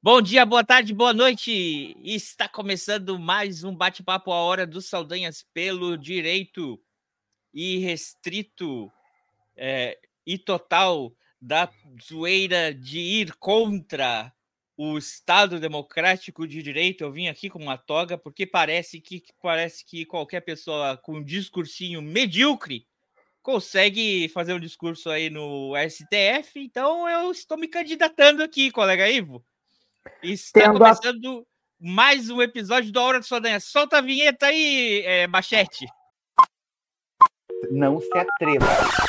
Bom dia, boa tarde, boa noite. Está começando mais um bate-papo à hora dos Saldanhas pelo direito irrestrito e total da zoeira de ir contra o Estado Democrático de Direito. Eu vim aqui com uma toga porque parece que qualquer pessoa com um discursinho medíocre consegue fazer um discurso aí no STF. Então eu estou me candidatando aqui, colega Ivo. Está começando mais um episódio da Hora do Saldanha. Solta a vinheta aí, Machete. Não se atreva.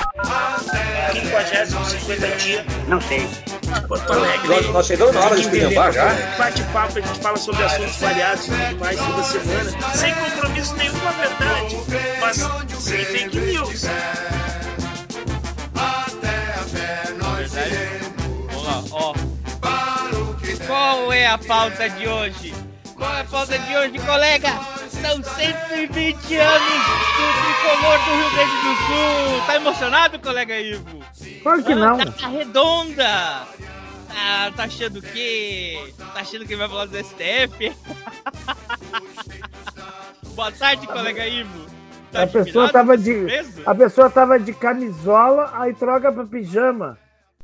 50º dia. Não sei. Porto Alegre. Nós chegamos na hora de esculhambar já. Bate-papo, a gente fala sobre assuntos variados e tudo mais toda semana. Sem compromisso nenhum com a verdade, mas sem fake news. Vamos lá, ó. Qual é a pauta de hoje? Qual é a pauta de hoje, colega? São 120 anos do tricolor do Rio Grande do Sul. Tá emocionado, colega Ivo? Claro que não. Tá redonda. Tá achando que... Tá achando que vai falar do STF? Boa tarde, colega Ivo. Tá a pessoa tava de camisola, aí troca pra pijama.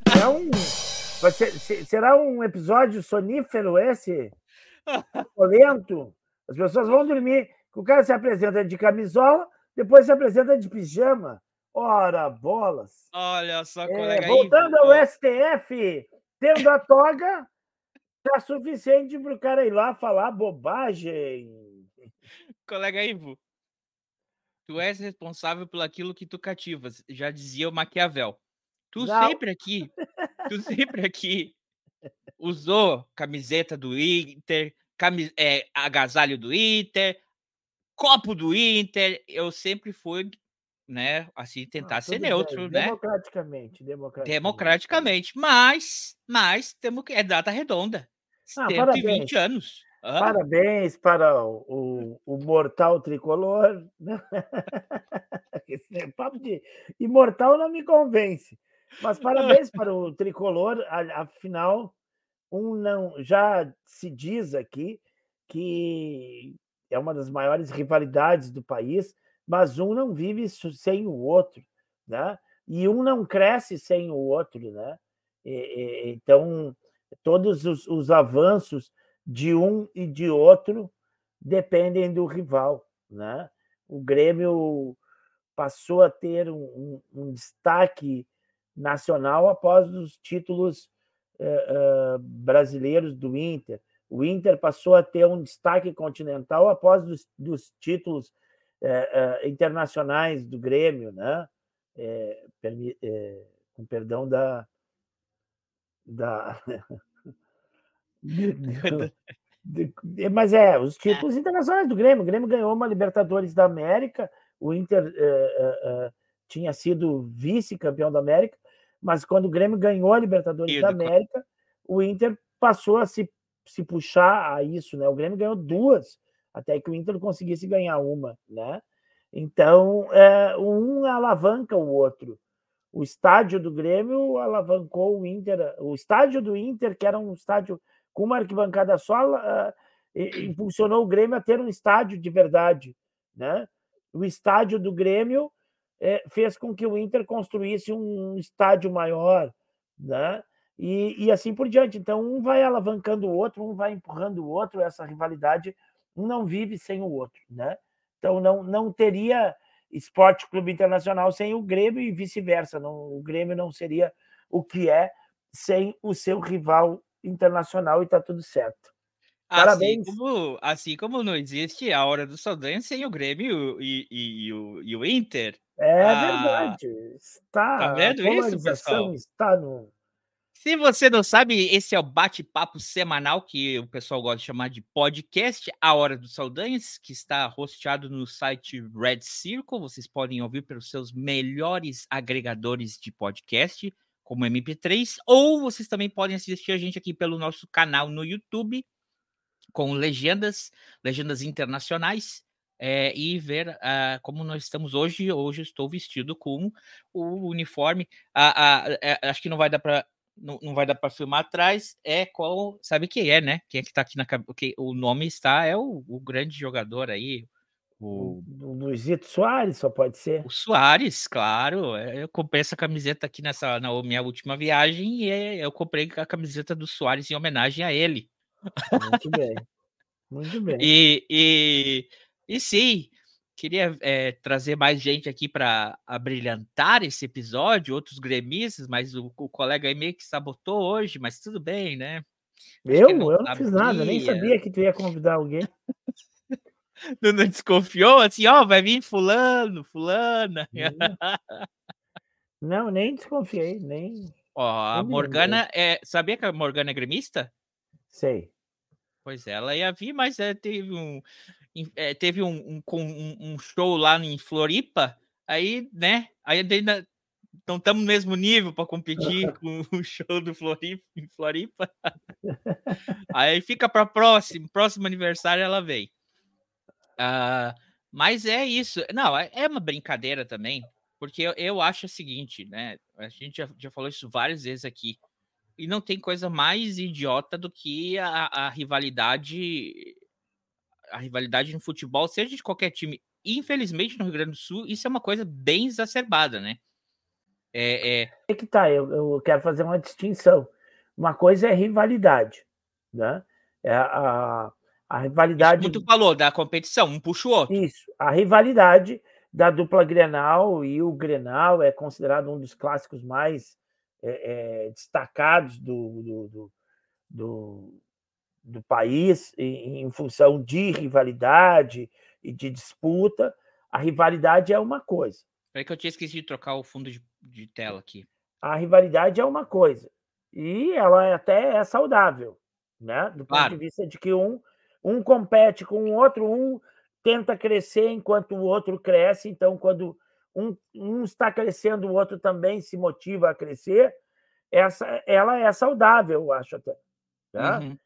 Será um episódio sonífero esse? Violento? As pessoas vão dormir. O cara se apresenta de camisola, depois se apresenta de pijama. Ora, bolas. Olha só, colega voltando Ivo. ao STF, tendo a toga, tá suficiente para o cara ir lá falar bobagem. Colega Ivo, tu és responsável por aquilo que tu cativas, já dizia o Maquiavel. Tu sempre aqui usou camiseta do Inter, agasalho do Inter, copo do Inter. Eu sempre fui, né, assim, tentar ser neutro, bem. né? Democraticamente. Mas temos que... É data redonda. 120 anos. Parabéns para o mortal tricolor. Esse papo de imortal não me convence. Mas parabéns para o tricolor, afinal, já se diz aqui que é uma das maiores rivalidades do país, mas um não vive sem o outro, né? E um não cresce sem o outro, né? Então, todos os avanços de um e de outro dependem do rival, né? O Grêmio passou a ter um destaque nacional após os títulos brasileiros do Inter. O Inter passou a ter um destaque continental após dos títulos internacionais do Grêmio, né? Com perdão mas os títulos internacionais do Grêmio. O Grêmio ganhou uma Libertadores da América, o Inter tinha sido vice-campeão da América, mas quando o Grêmio ganhou a Libertadores da América, o Inter passou a se puxar a isso, né? O Grêmio ganhou duas, até que o Inter conseguisse ganhar uma, né? Então, um alavanca o outro. O estádio do Grêmio alavancou o Inter. O estádio do Inter, que era um estádio com uma arquibancada só, impulsionou o Grêmio a ter um estádio de verdade, né? O estádio do Grêmio fez com que o Inter construísse um estádio maior, né? E assim por diante. Então, um vai alavancando o outro, um vai empurrando o outro. Essa rivalidade, um não vive sem o outro, né? Então, não teria Esporte Clube Internacional sem o Grêmio e vice-versa. O Grêmio não seria o que é sem o seu rival internacional, e está tudo certo. Parabéns. Assim como não existe a Hora do Saldanha sem o Grêmio e o Inter. Verdade. Tá vendo isso, pessoal? Está no... Se você não sabe, esse é o bate-papo semanal que o pessoal gosta de chamar de podcast, A Hora dos Saldanhas, que está hosteado no site Red Circle. Vocês podem ouvir pelos seus melhores agregadores de podcast, como MP3, ou vocês também podem assistir a gente aqui pelo nosso canal no YouTube, com legendas internacionais, e ver como nós estamos hoje. Hoje eu estou vestido com o uniforme. Acho que não vai dar para não vai dar para filmar atrás, é qual, sabe quem é, né? Quem é que tá aqui na cabeça? O nome está, é o grande jogador aí, o Luizito Soares, só pode ser. O Soares, claro. Eu comprei essa camiseta aqui na minha última viagem e eu comprei a camiseta do Soares em homenagem a ele. Muito bem. Muito bem. E sim, queria trazer mais gente aqui para abrilhantar esse episódio, outros gremistas, mas o colega aí meio que sabotou hoje, mas tudo bem, né? Eu não fiz nada, nem sabia que tu ia convidar alguém. Tu não desconfiou? Assim, vai vir fulana. Não, nem desconfiei, nem... A Morgana, sabia que a Morgana é gremista? Sei. Pois é, ela ia vir, mas teve um show lá em Floripa, aí, né, aí ainda não estamos no mesmo nível para competir com o show do em Floripa. Aí fica para próximo aniversário ela vem. Mas é isso. Não, é uma brincadeira também, porque eu acho o seguinte, né? A gente já falou isso várias vezes aqui. E não tem coisa mais idiota do que a rivalidade no futebol, seja de qualquer time. Infelizmente, no Rio Grande do Sul, isso é uma coisa bem exacerbada, né? Que tá, eu quero fazer uma distinção. Uma coisa é rivalidade, né? A rivalidade... Isso que tu falou, da competição, um puxa o outro. Isso, a rivalidade da dupla Grenal, e o Grenal é considerado um dos clássicos mais destacados do país em função de rivalidade e de disputa. A rivalidade é uma coisa. Peraí que eu tinha esquecido de trocar o fundo de tela aqui. A rivalidade é uma coisa. E ela até é saudável, né? Do ponto de vista de que um compete com o outro, um tenta crescer enquanto o outro cresce. Então, quando um está crescendo, o outro também se motiva a crescer. Ela é saudável, eu acho até. Tá? Uhum.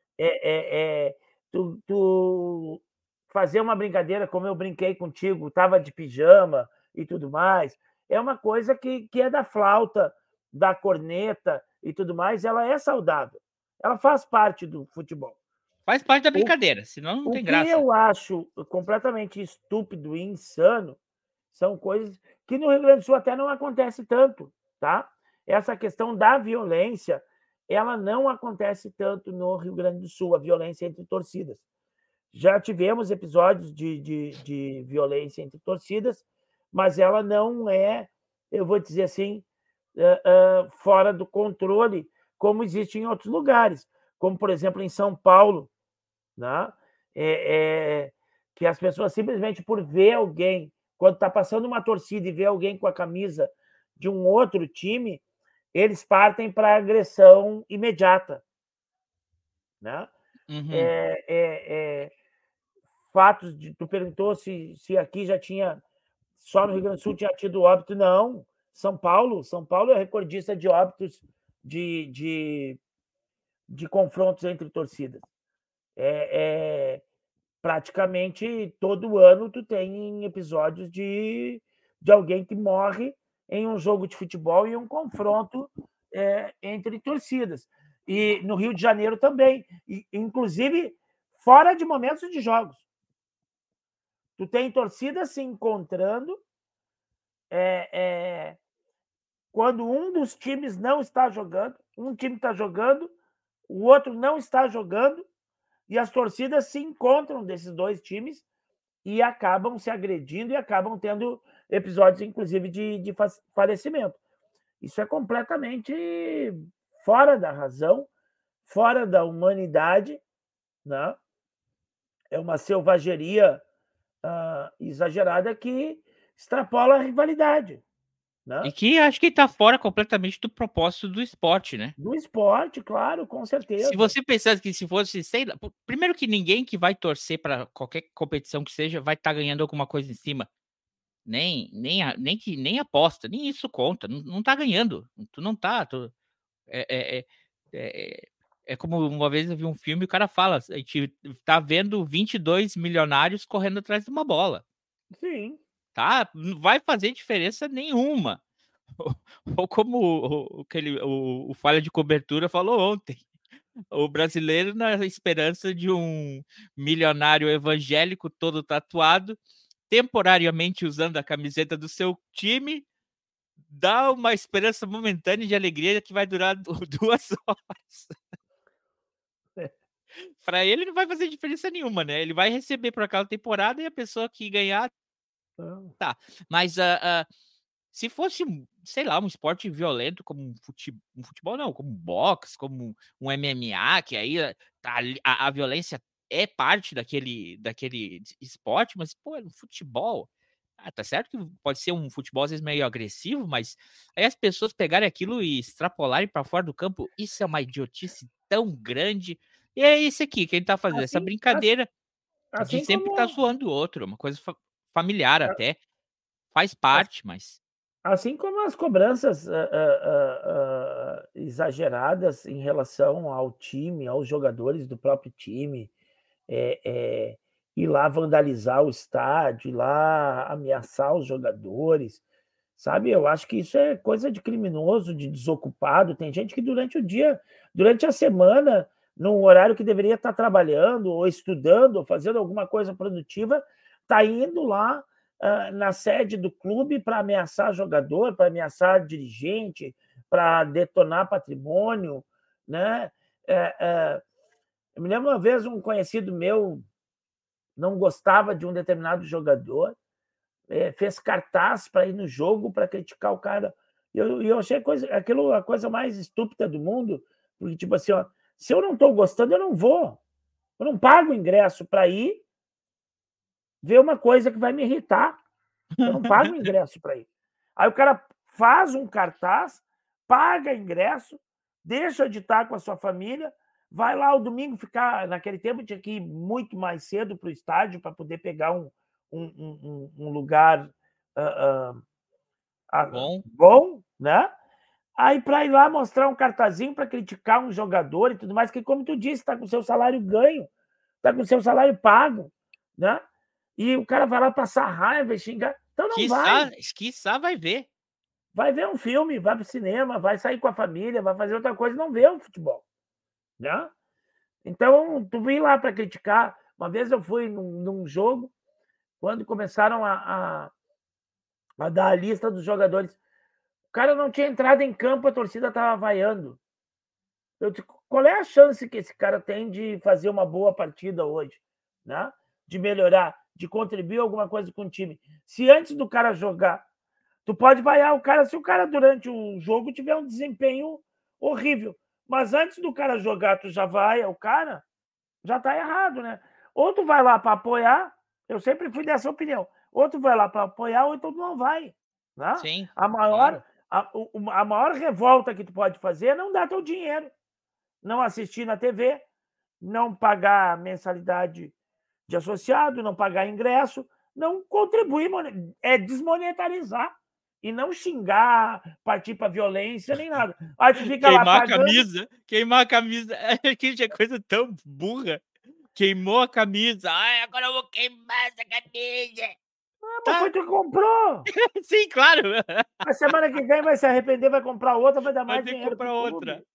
Tu fazer uma brincadeira, como eu brinquei contigo, estava de pijama e tudo mais, é uma coisa que é da flauta, da corneta e tudo mais, ela é saudável. Ela faz parte do futebol. Faz parte da brincadeira, senão não tem graça. O que eu acho completamente estúpido e insano são coisas que no Rio Grande do Sul até não acontece tanto, tá? Essa questão da violência, ela não acontece tanto no Rio Grande do Sul, a violência entre torcidas. Já tivemos episódios de violência entre torcidas, mas ela não é, eu vou dizer assim, fora do controle, como existe em outros lugares, como, por exemplo, em São Paulo, né? Que as pessoas simplesmente por ver alguém, quando está passando uma torcida e vê alguém com a camisa de um outro time, eles partem para agressão imediata, né? Uhum. Fatos de... Tu perguntou se aqui já tinha... Só no Rio Grande do Sul tinha tido óbito. Não. São Paulo é recordista de óbitos de confrontos entre torcidas. Praticamente todo ano tu tem episódios de alguém que morre em um jogo de futebol e um confronto entre torcidas. E no Rio de Janeiro também, inclusive fora de momentos de jogos. Tu tem torcidas se encontrando quando um dos times não está jogando, um time está jogando, o outro não está jogando, e as torcidas se encontram desses dois times e acabam se agredindo e acabam tendo episódios, inclusive, de falecimento. Isso é completamente fora da razão, fora da humanidade, né? É uma selvageria exagerada que extrapola a rivalidade. Né? E que acho que está fora completamente do propósito do esporte, né? Do esporte, claro, com certeza. Se você pensasse que se fosse, sei lá, primeiro que ninguém que vai torcer para qualquer competição que seja vai estar ganhando alguma coisa em cima. Nem aposta, nem isso conta. Não tá ganhando. Tu não tá. É como uma vez eu vi um filme e o cara fala: a gente tá vendo 22 milionários correndo atrás de uma bola. Sim. Tá? Não vai fazer diferença nenhuma. ou como o Falha de Cobertura falou ontem, o brasileiro na esperança de um milionário evangélico todo tatuado, temporariamente usando a camiseta do seu time, dá uma esperança momentânea de alegria que vai durar 2 horas. Para ele não vai fazer diferença nenhuma, né? Ele vai receber por aquela temporada e a pessoa que ganhar, tá. Mas se fosse, sei lá, um esporte violento como um futebol não, como um boxe, como um MMA, que aí a violência é parte daquele esporte, mas, pô, no futebol, tá certo que pode ser um futebol às vezes meio agressivo, mas aí as pessoas pegarem aquilo e extrapolarem para fora do campo, isso é uma idiotice tão grande. E é isso aqui que a gente tá fazendo, essa brincadeira de sempre estar zoando o outro, uma coisa familiar até, faz parte, mas... Assim como as cobranças exageradas em relação ao time, aos jogadores do próprio time, ir lá vandalizar o estádio, ir lá ameaçar os jogadores, sabe? Eu acho que isso é coisa de criminoso, de desocupado. Tem gente que durante o dia, durante a semana, num horário que deveria estar trabalhando, ou estudando, ou fazendo alguma coisa produtiva, está indo lá na sede do clube para ameaçar jogador, para ameaçar dirigente, para detonar patrimônio, né? Eu me lembro uma vez um conhecido meu não gostava de um determinado jogador, fez cartaz para ir no jogo para criticar o cara. E eu achei aquilo a coisa mais estúpida do mundo, porque, tipo assim, ó, se eu não estou gostando, eu não vou. Eu não pago o ingresso para ir ver uma coisa que vai me irritar. Eu não pago o ingresso para ir. Aí o cara faz um cartaz, paga ingresso, deixa de estar com a sua família, vai lá ao domingo ficar... Naquele tempo tinha que ir muito mais cedo para o estádio para poder pegar um lugar bom, né? Aí para ir lá mostrar um cartazinho para criticar um jogador e tudo mais, que, como tu disse, está com o seu salário ganho, está com o seu salário pago, né? E o cara vai lá passar raiva e xingar. Então não vai. Quiçá vai ver. Vai ver um filme, vai para o cinema, vai sair com a família, vai fazer outra coisa, não vê o futebol, né? Então, tu vem lá para criticar. Uma vez eu fui num jogo, quando começaram a dar a lista dos jogadores. O cara não tinha entrado em campo, a torcida estava vaiando. Eu disse, qual é a chance que esse cara tem de fazer uma boa partida hoje, né? De melhorar, de contribuir alguma coisa com o time? Se antes do cara jogar, tu pode vaiar o cara se o cara durante o jogo tiver um desempenho horrível. Mas antes do cara jogar, tu já vaia o cara, já tá errado, né? Ou tu vai lá para apoiar, eu sempre fui dessa opinião. Ou tu vai lá para apoiar, ou então tu não vai. Né? Sim. A maior revolta que tu pode fazer é não dar teu dinheiro, não assistir na TV, não pagar mensalidade de associado, não pagar ingresso, não contribuir, é desmonetarizar e não xingar, partir para violência nem nada. Aí tu fica queimar lá pagando... queimar a camisa, que é coisa tão burra. Queimou a camisa, agora eu vou queimar essa camisa. Mas foi tu que comprou. Sim, claro. A semana que vem vai se arrepender, vai comprar outra, vai dar mais dinheiro para outra.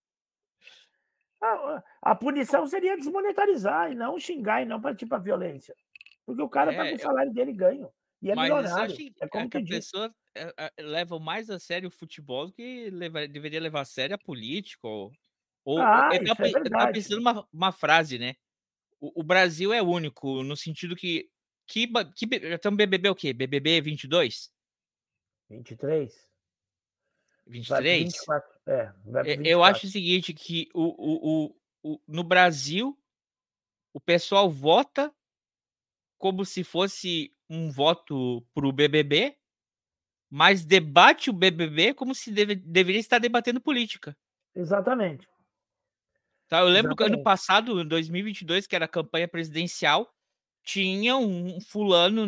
A punição seria desmonetarizar e não xingar e não partir para violência. Porque o cara tá com o salário dele ganho. E é milionário. É como que a pessoa leva mais a sério o futebol do que deveria levar a sério a política. Eu tava pensando uma frase, né? O Brasil é único, no sentido que estamos BBB o quê? BBB 22? 23. 23? 24. Vai pro 24. Eu acho o seguinte, que no Brasil, o pessoal vota como se fosse um voto pro BBB, mas debate o BBB como se deveria estar debatendo política. Exatamente. Tá, eu lembro que ano passado, em 2022, que era a campanha presidencial, tinha um fulano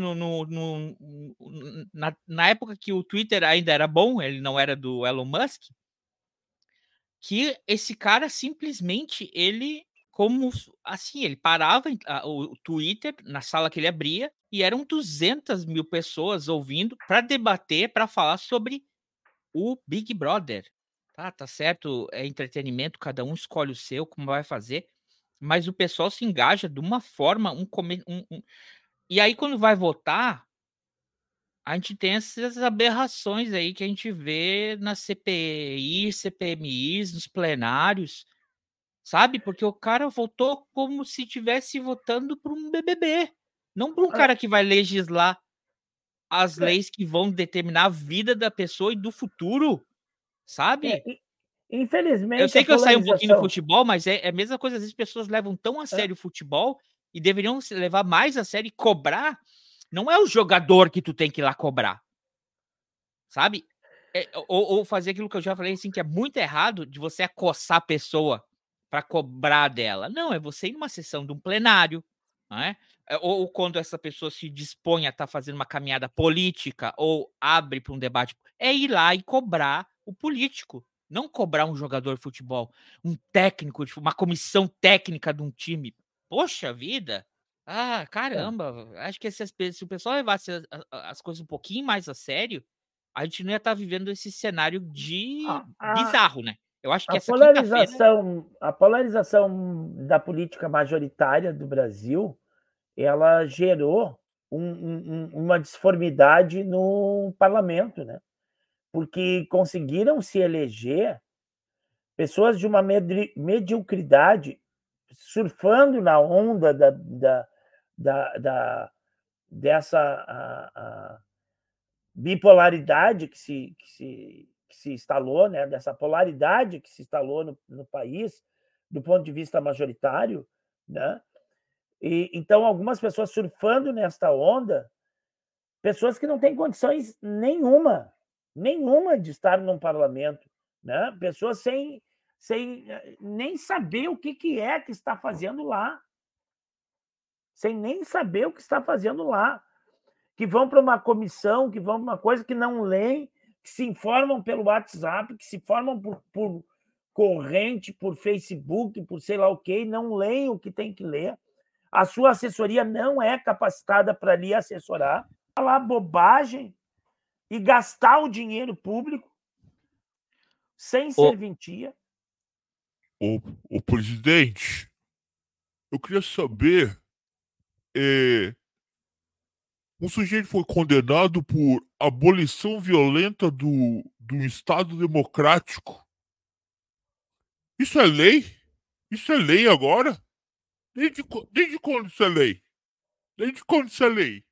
na época que o Twitter ainda era bom, ele não era do Elon Musk, que esse cara simplesmente, ele parava o Twitter na sala que ele abria e eram 200 mil pessoas ouvindo para debater, para falar sobre o Big Brother. Tá certo, é entretenimento, cada um escolhe o seu, como vai fazer, mas o pessoal se engaja de uma forma, e aí quando vai votar, a gente tem essas aberrações aí que a gente vê na CPI, CPMIs, nos plenários, sabe? Porque o cara votou como se estivesse votando por um BBB, não por um cara que vai legislar as leis que vão determinar a vida da pessoa e do futuro, sabe? Eu Infelizmente, sei a que eu saí um pouquinho do polarização. futebol, mas é a mesma coisa, às vezes pessoas levam tão a sério o futebol e deveriam se levar mais a sério e cobrar. Não é o jogador que tu tem que ir lá cobrar, sabe? Ou fazer aquilo que eu já falei, assim, que é muito errado de você acossar a pessoa para cobrar dela. Não, é você ir numa sessão de um plenário, não é? Ou quando essa pessoa se dispõe a estar fazendo uma caminhada política ou abre para um debate, é ir lá e cobrar o político, não cobrar um jogador de futebol, um técnico, uma comissão técnica de um time. Poxa vida! Ah, caramba! Acho que se o pessoal levasse as coisas um pouquinho mais a sério, a gente não ia estar vivendo esse cenário de bizarro, né? Eu acho que essa quinta-feira... A polarização da política majoritária do Brasil, ela gerou uma disformidade no parlamento, né? Porque conseguiram se eleger pessoas de uma mediocridade, surfando na onda dessa bipolaridade que se instalou, né? Dessa polaridade que se instalou no país, do ponto de vista majoritário, né? Então, algumas pessoas surfando nesta onda, pessoas que não têm condições nenhuma de estar num parlamento, né? Pessoas sem nem saber o que é que está fazendo lá, sem nem saber o que está fazendo lá, que vão para uma comissão, que vão para uma coisa que não leem, que se informam pelo WhatsApp, que se informam por corrente, por Facebook, por sei lá o quê, e não leem o que tem que ler. A sua assessoria não é capacitada para lhe assessorar, falar bobagem e gastar o dinheiro público sem serventia. O presidente, eu queria saber, um sujeito foi condenado por abolição violenta do Estado Democrático. Isso é lei? Isso é lei agora? Desde quando isso é lei? Desde quando isso é lei?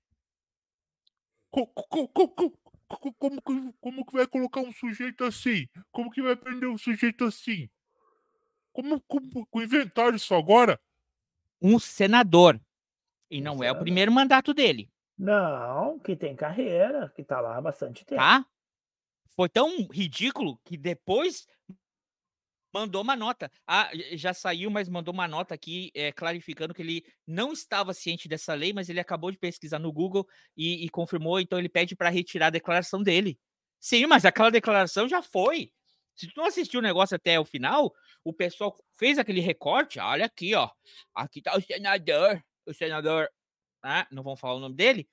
Como que vai colocar um sujeito assim? Como que vai prender um sujeito assim? Como inventaram isso agora? Um senador. E não é o primeiro mandato dele. Não, que tem carreira, que está lá há bastante tempo. Tá? Foi tão ridículo que depois mandou uma nota. Já saiu, mas mandou uma nota aqui clarificando que ele não estava ciente dessa lei, mas ele acabou de pesquisar no Google e confirmou, então ele pede para retirar a declaração dele. Sim, mas aquela declaração já foi. Se tu não assistiu o negócio até o final, o pessoal fez aquele recorte, olha aqui, ó. Aqui tá o senador, não vamos falar o nome dele,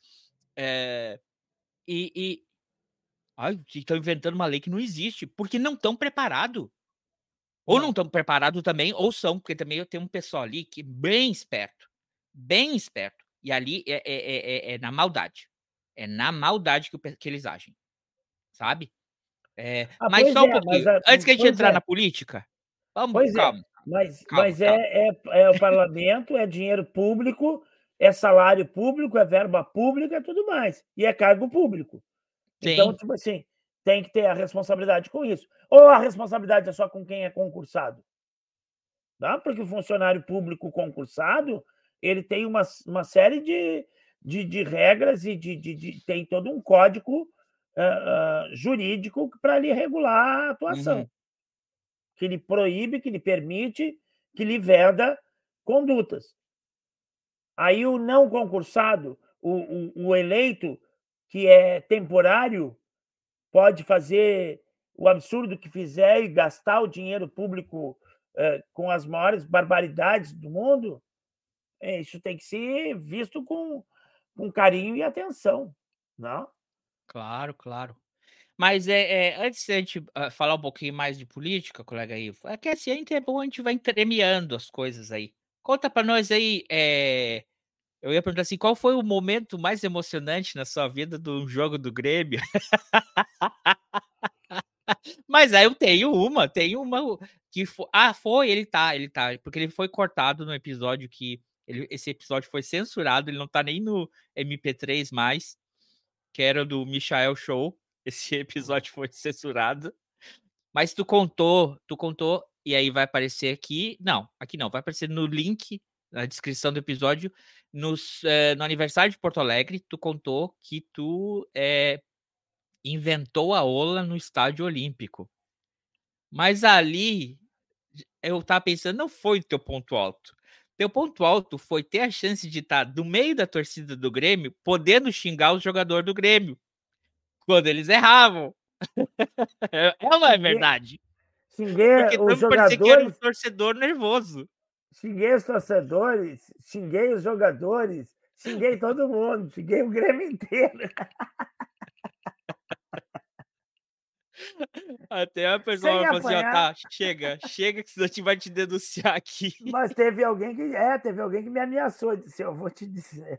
estão inventando uma lei que não existe, porque não estão preparados. Ou não estão preparados também, ou são, porque também eu tenho um pessoal ali que é bem esperto. Bem esperto. E ali é na maldade. É na maldade que eles agem. Sabe? Mas só um pouquinho. Antes que a gente entrar na política, vamos, calma. Mas é o parlamento, é dinheiro público, é salário público, é verba pública, é tudo mais. E é cargo público. Sim. Então, tipo assim, tem que ter a responsabilidade com isso. Ou a responsabilidade é só com quem é concursado? Tá? Porque o funcionário público concursado, ele tem uma série de regras e tem todo um código jurídico para lhe regular a atuação. Que lhe proíbe, que lhe permite, que lhe veda condutas. Aí o não concursado, o eleito, que é temporário, pode fazer o absurdo que fizer e gastar o dinheiro público com as maiores barbaridades do mundo. Isso tem que ser visto com carinho e atenção, não? Claro, claro. Mas antes de a gente falar um pouquinho mais de política, colega Ivo, é que assim, é bom, a gente vai entremeando as coisas aí. Conta pra nós aí, eu ia perguntar assim, qual foi o momento mais emocionante na sua vida do jogo do Grêmio? Mas aí eu tenho uma que foi, ele tá, porque ele foi cortado no episódio que esse episódio foi censurado, ele não tá nem no MP3 mais, que era do Michael Show. Esse episódio foi censurado. Mas tu contou, e aí vai aparecer aqui. Não, aqui não, vai aparecer no link, na descrição do episódio, no aniversário de Porto Alegre, tu contou que tu inventou a ola no Estádio Olímpico. Mas ali, eu tava pensando, não foi o teu ponto alto. Teu ponto alto foi ter a chance de estar no meio da torcida do Grêmio, podendo xingar os jogadores do Grêmio, quando eles erravam. Não é verdade? Xinguei Porque os parecia que era um jogadores, torcedor nervoso. xinguei os torcedores, xinguei os jogadores, xinguei todo mundo, xinguei o Grêmio inteiro. Até a pessoa Sem falou assim, ó, apanhar. tá, chega, que senão a gente vai te denunciar aqui. Mas teve alguém que me ameaçou, disse, eu vou te dizer.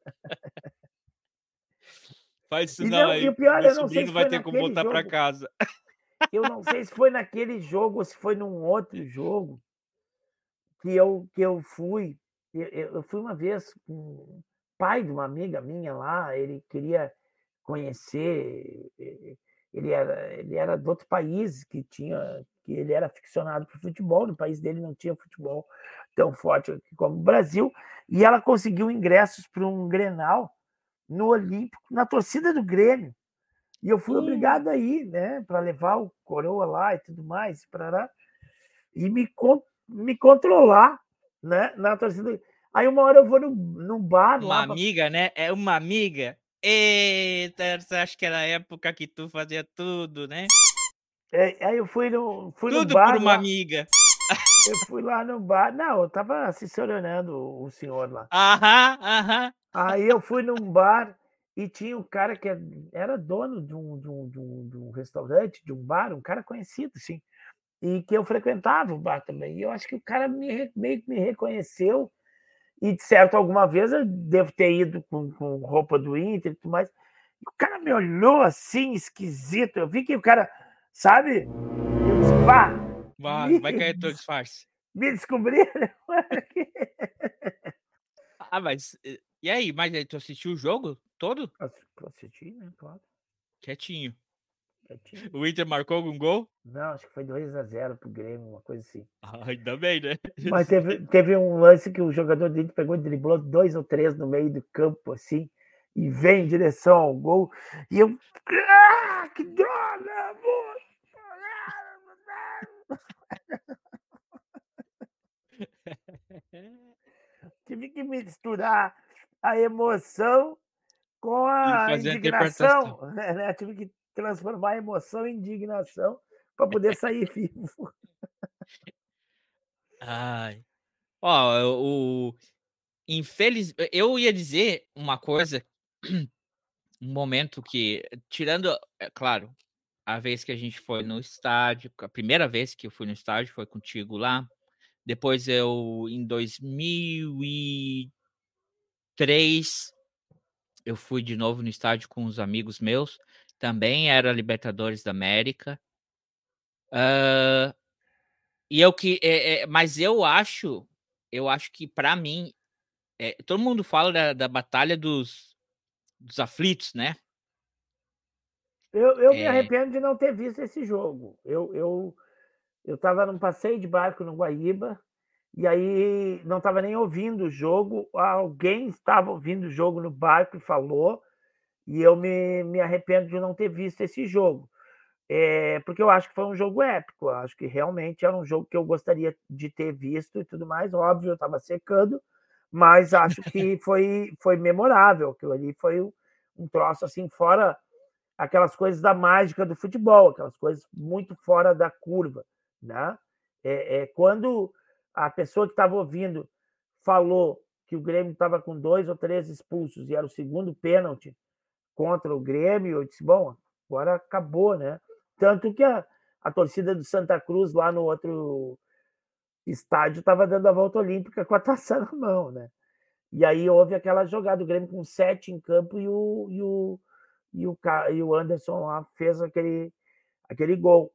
Faz isso E, não não, e aí, o pior, meu eu não sei sobrinho se não vai foi ter como naquele voltar pra jogo. casa. Eu não sei se foi naquele jogo ou se foi num outro jogo que eu fui. Eu fui uma vez com o pai de uma amiga minha lá, ele queria conhecer, ele era de outro país que ele era aficionado por futebol, no país dele não tinha futebol tão forte como o Brasil, e ela conseguiu ingressos para um Grenal no Olímpico, na torcida do Grêmio. E eu fui obrigado a ir, né, para levar o Coroa lá e tudo mais, e me controlar, né, na torcida. Aí uma hora eu vou num bar Uma lá. amiga, né? É uma amiga. Eita, você acha que era a época que tu fazia tudo, né? Aí eu fui no Tudo por bar uma lá. amiga. Eu fui lá no bar. Não, eu estava assessorando o senhor lá. Aham. Aí eu fui num bar e tinha um cara que era dono de um restaurante, de um bar, um cara conhecido, sim. E que eu frequentava o bar também. E eu acho que o cara meio que me reconheceu. E, de certo, alguma vez eu devo ter ido com roupa do Inter e tudo mais. E o cara me olhou assim, esquisito. Eu vi que o cara, sabe? Eu disse, pá, Vai cair teu disfarce. me descobriram. Mas e aí? Mas aí tu assistiu o jogo todo? Assisti, né? Claro. Quietinho. O Inter marcou algum gol? Não, acho que foi 2-0 pro Grêmio, uma coisa assim. Ainda bem, né? Mas teve um lance que o jogador do Inter pegou e driblou 2 ou 3 no meio do campo, assim, e vem em direção ao gol. E eu. Ah, que droga, amor! Tive que misturar a emoção com a indignação. Né? Tive que transformar a emoção em indignação para poder sair vivo. Ai. Ó, eu ia dizer uma coisa, um momento que, tirando, é claro, a vez que a gente foi no estádio, a primeira vez que eu fui no estádio foi contigo lá. Depois em 2003, eu fui de novo no estádio com os amigos meus. Também era Libertadores da América. Mas eu acho que para mim, todo mundo fala da batalha dos aflitos, né? Eu me arrependo de não ter visto esse jogo. Eu estava num passeio de barco no Guaíba e aí não estava nem ouvindo o jogo. Alguém estava ouvindo o jogo no barco e falou, e eu me arrependo de não ter visto esse jogo. Porque eu acho que foi um jogo épico. Eu acho que realmente era um jogo que eu gostaria de ter visto e tudo mais. Óbvio, eu estava secando, mas acho que foi memorável. Aquilo ali foi um troço assim, fora aquelas coisas da mágica do futebol, aquelas coisas muito fora da curva, né? Quando a pessoa que estava ouvindo falou que o Grêmio estava com 2 ou 3 expulsos e era o segundo pênalti contra o Grêmio, eu disse, bom, Agora acabou, né? Tanto que a torcida do Santa Cruz lá no outro estádio estava dando a volta olímpica com a taça na mão, né? E aí houve aquela jogada, o Grêmio com 7 em campo e o Anderson lá fez aquele gol.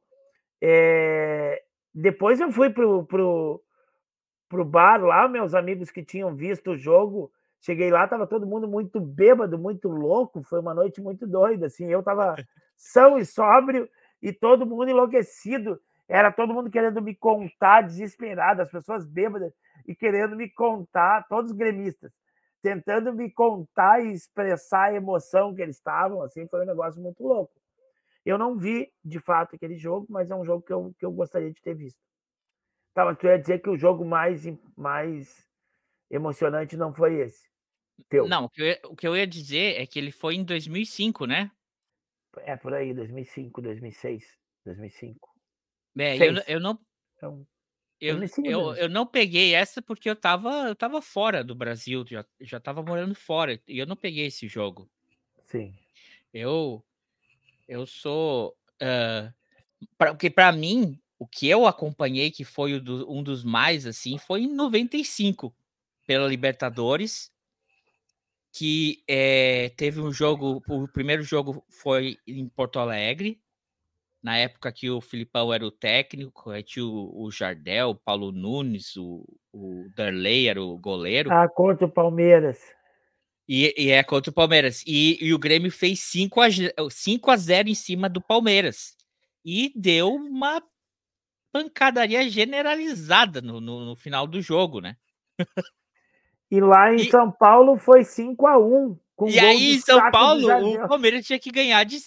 Depois eu fui pro bar lá, meus amigos que tinham visto o jogo, cheguei lá, tava todo mundo muito bêbado, muito louco, foi uma noite muito doida, assim, eu tava são e sóbrio e todo mundo enlouquecido, era todo mundo querendo me contar, desesperado, as pessoas bêbadas e querendo me contar, todos gremistas, tentando me contar e expressar a emoção que eles estavam, assim, foi um negócio muito louco. Eu não vi, de fato, aquele jogo, mas é um jogo que eu gostaria de ter visto. Tá, tu ia dizer que o jogo mais emocionante não foi esse? Teu. Não, o que eu ia dizer é que ele foi em 2005, né? É, por aí, 2005, 2006, 2005. Eu não... Então, eu não peguei essa porque eu tava fora do Brasil, já tava morando fora, e eu não peguei esse jogo. Sim. Eu sou... porque para mim, o que eu acompanhei, que foi um dos mais, assim, foi em 95, pela Libertadores, que teve um jogo, o primeiro jogo foi em Porto Alegre, na época que o Filipão era o técnico, aí tinha o Jardel, o Paulo Nunes, o Darley era o goleiro. Contra o Palmeiras. E é contra o Palmeiras. E o Grêmio fez 5-0 em cima do Palmeiras. E deu uma pancadaria generalizada no final do jogo, né? E lá em São Paulo foi 5-1. E aí, em São Paulo, o Palmeiras tinha que ganhar de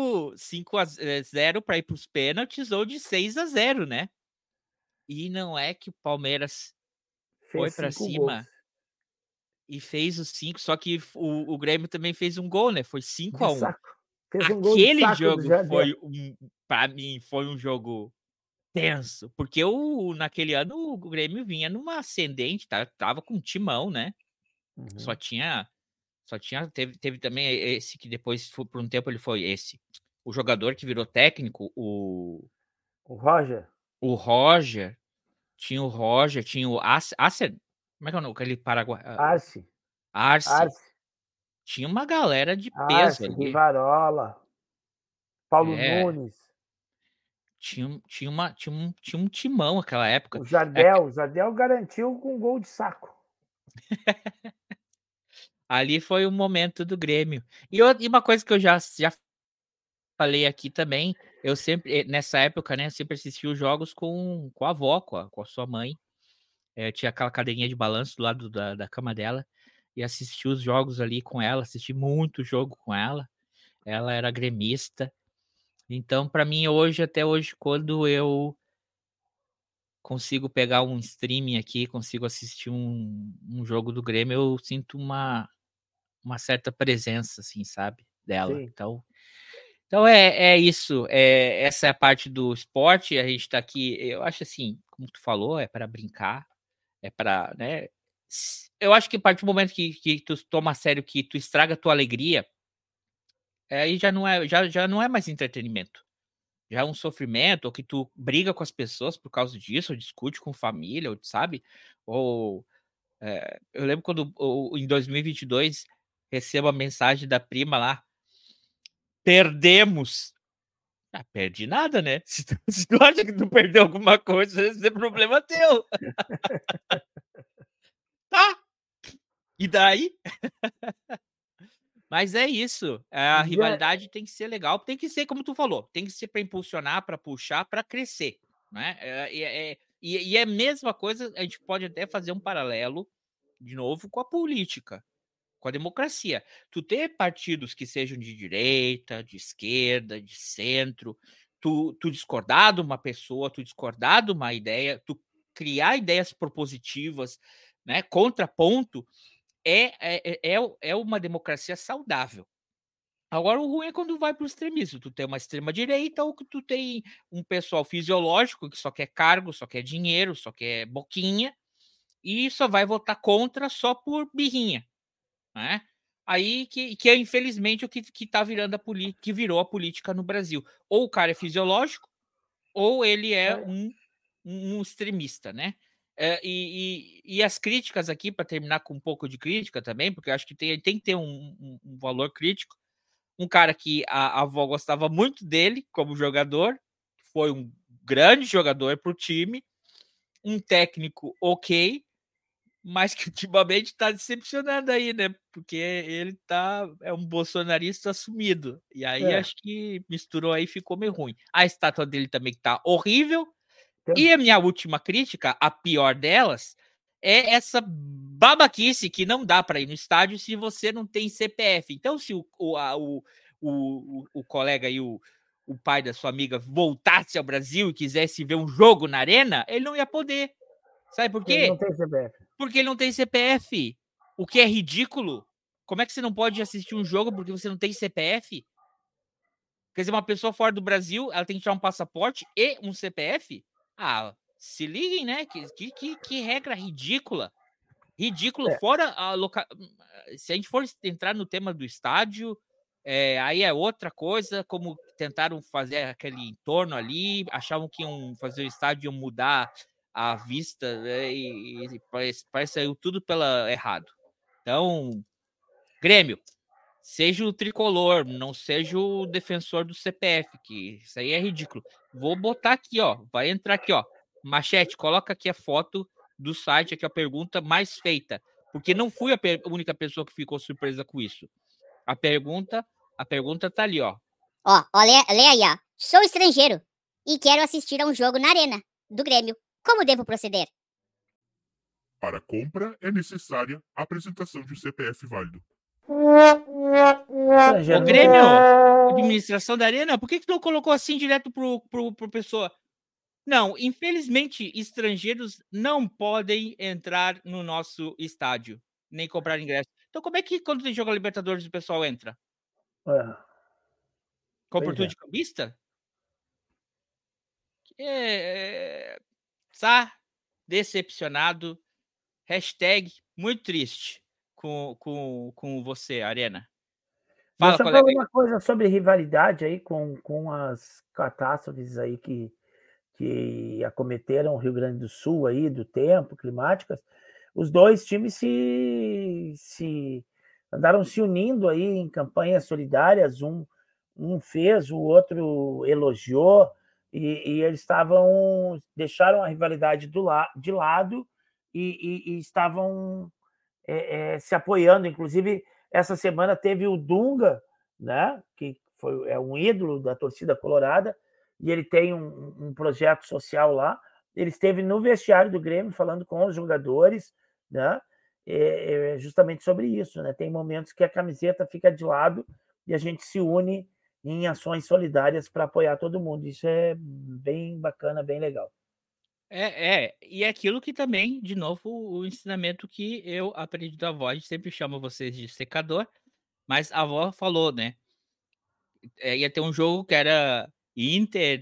5-0 para ir para os pênaltis ou de 6-0, né? E não é que o Palmeiras foi para cima gols. E fez os 5, só que o Grêmio também fez um gol, né? Foi 5-1. Fez um gol de saco. Aquele jogo para mim, foi um jogo tenso, porque naquele ano o Grêmio vinha numa ascendente, tava com um timão, né? Uhum. Teve também esse que depois, por um tempo, ele foi esse. O jogador que virou técnico, o Roger. O Roger. Tinha o Roger, tinha o Acer. Como é que é o nome? Aquele Paraguai. Arce. Tinha uma galera de peso ali. Rivarola. Paulo Nunes. Tinha um timão naquela época. O Jardel garantiu com um gol de saco. Ali foi o momento do Grêmio. E uma coisa que eu já falei aqui também, eu sempre, nessa época, né, eu sempre assisti os jogos com a avó, com a sua mãe. Tinha aquela cadeirinha de balanço do lado da cama dela, e assisti os jogos ali com ela, assisti muito jogo com ela. Ela era gremista. Então, para mim, até hoje, quando eu consigo pegar um streaming aqui, consigo assistir um jogo do Grêmio, eu sinto uma certa presença, assim, sabe, dela. Sim. Então é isso. Essa é a parte do esporte. A gente tá aqui, eu acho assim, como tu falou, é para brincar, é para, né? Eu acho que a partir do momento que tu toma a sério, que tu estraga a tua alegria, aí já não é mais entretenimento. Já é um sofrimento, ou que tu briga com as pessoas por causa disso, ou discute com família, ou sabe? Ou eu lembro quando em 2022 recebo a mensagem da prima lá: perdemos. Perdi nada, né? Se tu acha que tu perdeu alguma coisa, esse é problema teu. Tá? E daí? Mas é isso. A rivalidade tem que ser legal, tem que ser como tu falou, tem que ser para impulsionar, para puxar, para crescer, né? E é a mesma coisa, a gente pode até fazer um paralelo, de novo, com a política, com a democracia. Tu ter partidos que sejam de direita, de esquerda, de centro, tu discordar de uma pessoa, tu discordar de uma ideia, tu criar ideias propositivas, né? Contraponto, é uma democracia saudável. Agora, o ruim é quando vai para o extremismo. Tu tem uma extrema-direita ou que tu tem um pessoal fisiológico que só quer cargo, só quer dinheiro, só quer boquinha e só vai votar contra só por birrinha, né? Aí que é infelizmente o que tá virando que virou a política no Brasil. Ou o cara é fisiológico, ou ele é um extremista, né? E as críticas aqui, para terminar com um pouco de crítica também, porque eu acho que tem que ter um valor crítico. Um cara que a avó gostava muito dele como jogador, foi um grande jogador para o time, um técnico ok, mas que ultimamente está decepcionando aí, né? Porque ele é um bolsonarista assumido. E aí acho que misturou aí e ficou meio ruim. A estátua dele também tá horrível. E a minha última crítica, a pior delas, é essa babaquice que não dá para ir no estádio se você não tem CPF. Então, se o colega e o pai da sua amiga voltasse ao Brasil e quisesse ver um jogo na arena, ele não ia poder. Sabe por quê? Ele não tem CPF. Porque ele não tem CPF. O que é ridículo. Como é que você não pode assistir um jogo porque você não tem CPF? Quer dizer, uma pessoa fora do Brasil, ela tem que tirar um passaporte e um CPF? Ah, se liguem, né? Que regra ridícula. Ridículo. Fora a se a gente for entrar no tema do estádio, aí é outra coisa, como tentaram fazer aquele entorno ali, achavam que iam fazer o estádio, iam mudar a vista, né, e parece que saiu tudo pela errado. Então, Grêmio, seja o tricolor, não seja o defensor do CPF, que isso aí é ridículo. Vou botar aqui, ó, vai entrar aqui, ó, Machete, coloca aqui a foto do site, aqui a pergunta mais feita, porque não fui a única pessoa que ficou surpresa com isso. A pergunta tá ali, ó. Ó, lê aí, ó. Sou estrangeiro e quero assistir a um jogo na arena do Grêmio. Como devo proceder? Para compra é necessária a apresentação de um CPF válido. O Grêmio, administração da arena, por que não colocou assim direto pro pessoa? Não, infelizmente, estrangeiros não podem entrar no nosso estádio, nem comprar ingresso. Então, como é que quando tem jogo a Libertadores o pessoal entra? Compra tudo de cambista? Tá decepcionado. Hashtag muito triste com você, Arena. Fala, deixa eu falar uma coisa sobre rivalidade aí com as catástrofes aí que acometeram o Rio Grande do Sul aí, do tempo, climáticas. Os dois times se andaram se unindo aí em campanhas solidárias, um fez, o outro elogiou, e eles deixaram a rivalidade de lado e estavam se apoiando. Inclusive, essa semana teve o Dunga, né, que é um ídolo da torcida colorada, e ele tem um projeto social lá. Ele esteve no vestiário do Grêmio falando com os jogadores, né, justamente sobre isso, né? Tem momentos que a camiseta fica de lado e a gente se une em ações solidárias para apoiar todo mundo. Isso é bem bacana, bem legal. E é aquilo que também, de novo, o ensinamento que eu aprendi da avó. A gente sempre chama vocês de secador, mas a avó falou, né? Ia ter um jogo que era Inter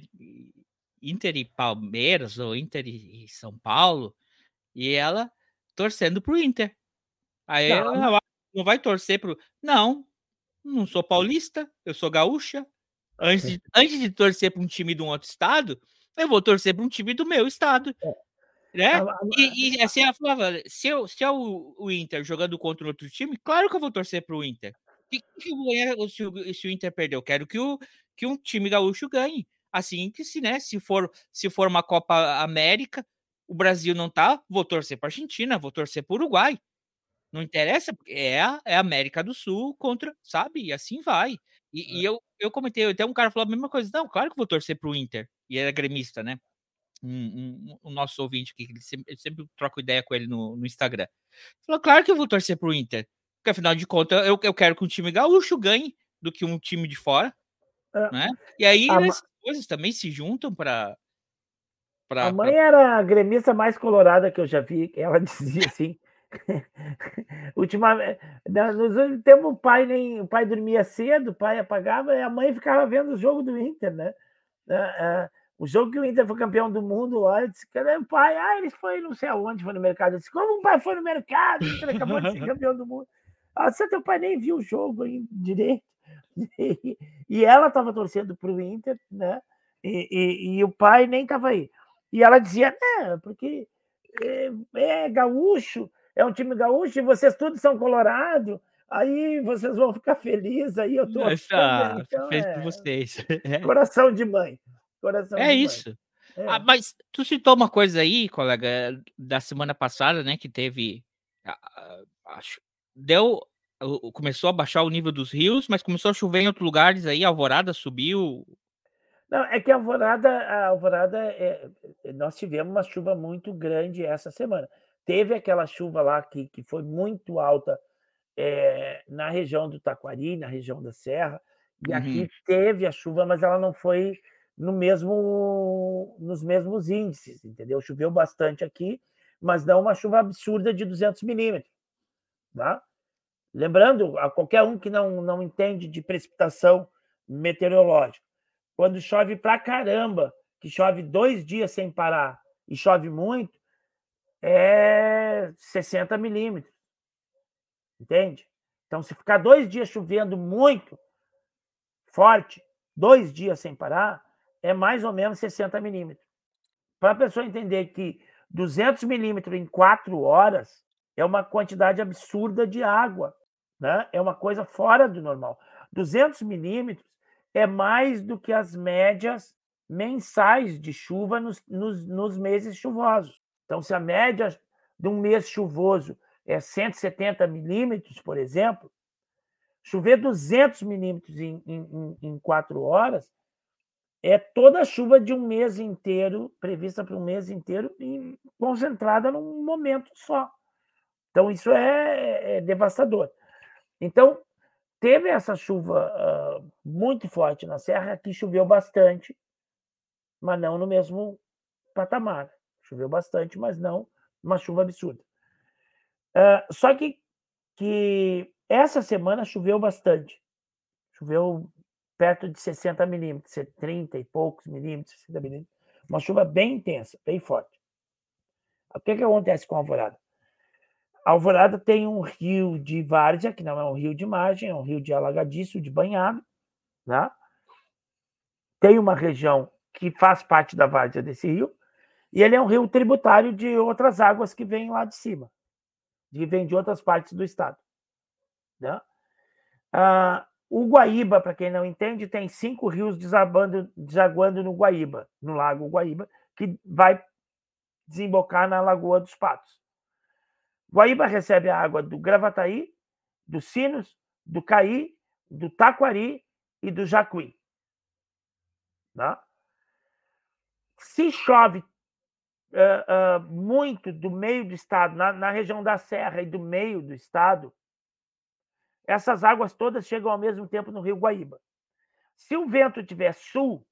e Palmeiras, ou Inter e São Paulo, e ela torcendo pro Inter. Aí ela não vai torcer pro... Não sou paulista, eu sou gaúcha. Antes de torcer para um time de um outro estado, eu vou torcer para um time do meu estado. Né? E assim ela falava, se é o Inter jogando contra outro time, claro que eu vou torcer para o Inter. Que eu vou ganhar se o Inter perder? Eu quero que um time gaúcho ganhe. Assim que se for uma Copa América, o Brasil não tá, vou torcer para a Argentina, vou torcer para o Uruguai. Não interessa, é a América do Sul contra, sabe? E assim vai. E eu comentei, até um cara falou a mesma coisa. Não, claro que eu vou torcer pro Inter. E era gremista, né? O nosso ouvinte aqui, ele sempre troca ideia com ele no Instagram. Falou, claro que eu vou torcer pro Inter. Porque afinal de contas, eu quero que um time gaúcho ganhe do que um time de fora. Né? E aí essas coisas também se juntam para... A mãe era a gremista mais colorada que eu já vi. Ela dizia assim... Ultimamente, nos últimos tempos, o pai dormia cedo, o pai apagava e a mãe ficava vendo o jogo do Inter, né? O jogo que o Inter foi campeão do mundo lá, eu disse, cadê o pai? Ele foi não sei aonde, foi no mercado. Eu disse, como o pai foi no mercado? O Inter acabou de ser campeão do mundo. Você, teu pai nem viu o jogo aí direito. E ela estava torcendo para o Inter, né? E o pai nem estava aí. E ela dizia, porque é gaúcho, é um time gaúcho, e vocês todos são colorado, aí vocês vão ficar felizes, aí eu tô também. Então, fez por vocês. coração de mãe. Coração É de mãe. isso. Mas tu citou uma coisa aí, colega, da semana passada, né, que teve, acho, começou a baixar o nível dos rios, mas começou a chover em outros lugares aí, a Alvorada subiu. Não, é que a Alvorada, nós tivemos uma chuva muito grande essa semana. Teve aquela chuva lá que foi muito alta na região do Taquari, na região da Serra, e aqui teve a chuva, mas ela não foi nos mesmos índices, entendeu? Choveu bastante aqui, mas não uma chuva absurda de 200 milímetros. Tá? Lembrando, a qualquer um que não entende de precipitação meteorológica, quando chove pra caramba, que chove 2 dias sem parar e chove muito, é 60 milímetros. Entende? Então, se ficar 2 dias chovendo muito forte, 2 dias sem parar, é mais ou menos 60 milímetros. Para a pessoa entender que 200 milímetros em 4 horas é uma quantidade absurda de água, né? É uma coisa fora do normal. 200 milímetros é mais do que as médias mensais de chuva nos meses chuvosos. Então, se a média de um mês chuvoso é 170 milímetros, por exemplo, chover 200 milímetros em 4 horas é toda a chuva de um mês inteiro, prevista para um mês inteiro, e concentrada num momento só. Então, isso é devastador. Então, teve essa chuva muito forte na Serra, aqui choveu bastante, mas não no mesmo patamar. Choveu bastante, mas não uma chuva absurda. Só que essa semana choveu bastante. Choveu perto de 60 milímetros, 30 e poucos milímetros, 60 milímetros. Uma chuva bem intensa, bem forte. O que acontece com a Alvorada? A Alvorada tem um rio de várzea, que não é um rio de margem, é um rio de alagadiço, de banhado. Né? Tem uma região que faz parte da várzea desse rio, e ele é um rio tributário de outras águas que vêm lá de cima, que vêm de outras partes do estado. Né? O Guaíba, para quem não entende, tem 5 rios desaguando no Guaíba, no Lago Guaíba, que vai desembocar na Lagoa dos Patos. Guaíba recebe a água do Gravataí, do Sinos, do Caí, do Taquari e do Jacuí. Tá? Se chove muito do meio do estado, na região da Serra e do meio do estado, essas águas todas chegam ao mesmo tempo no Rio Guaíba. Se o vento tiver sul,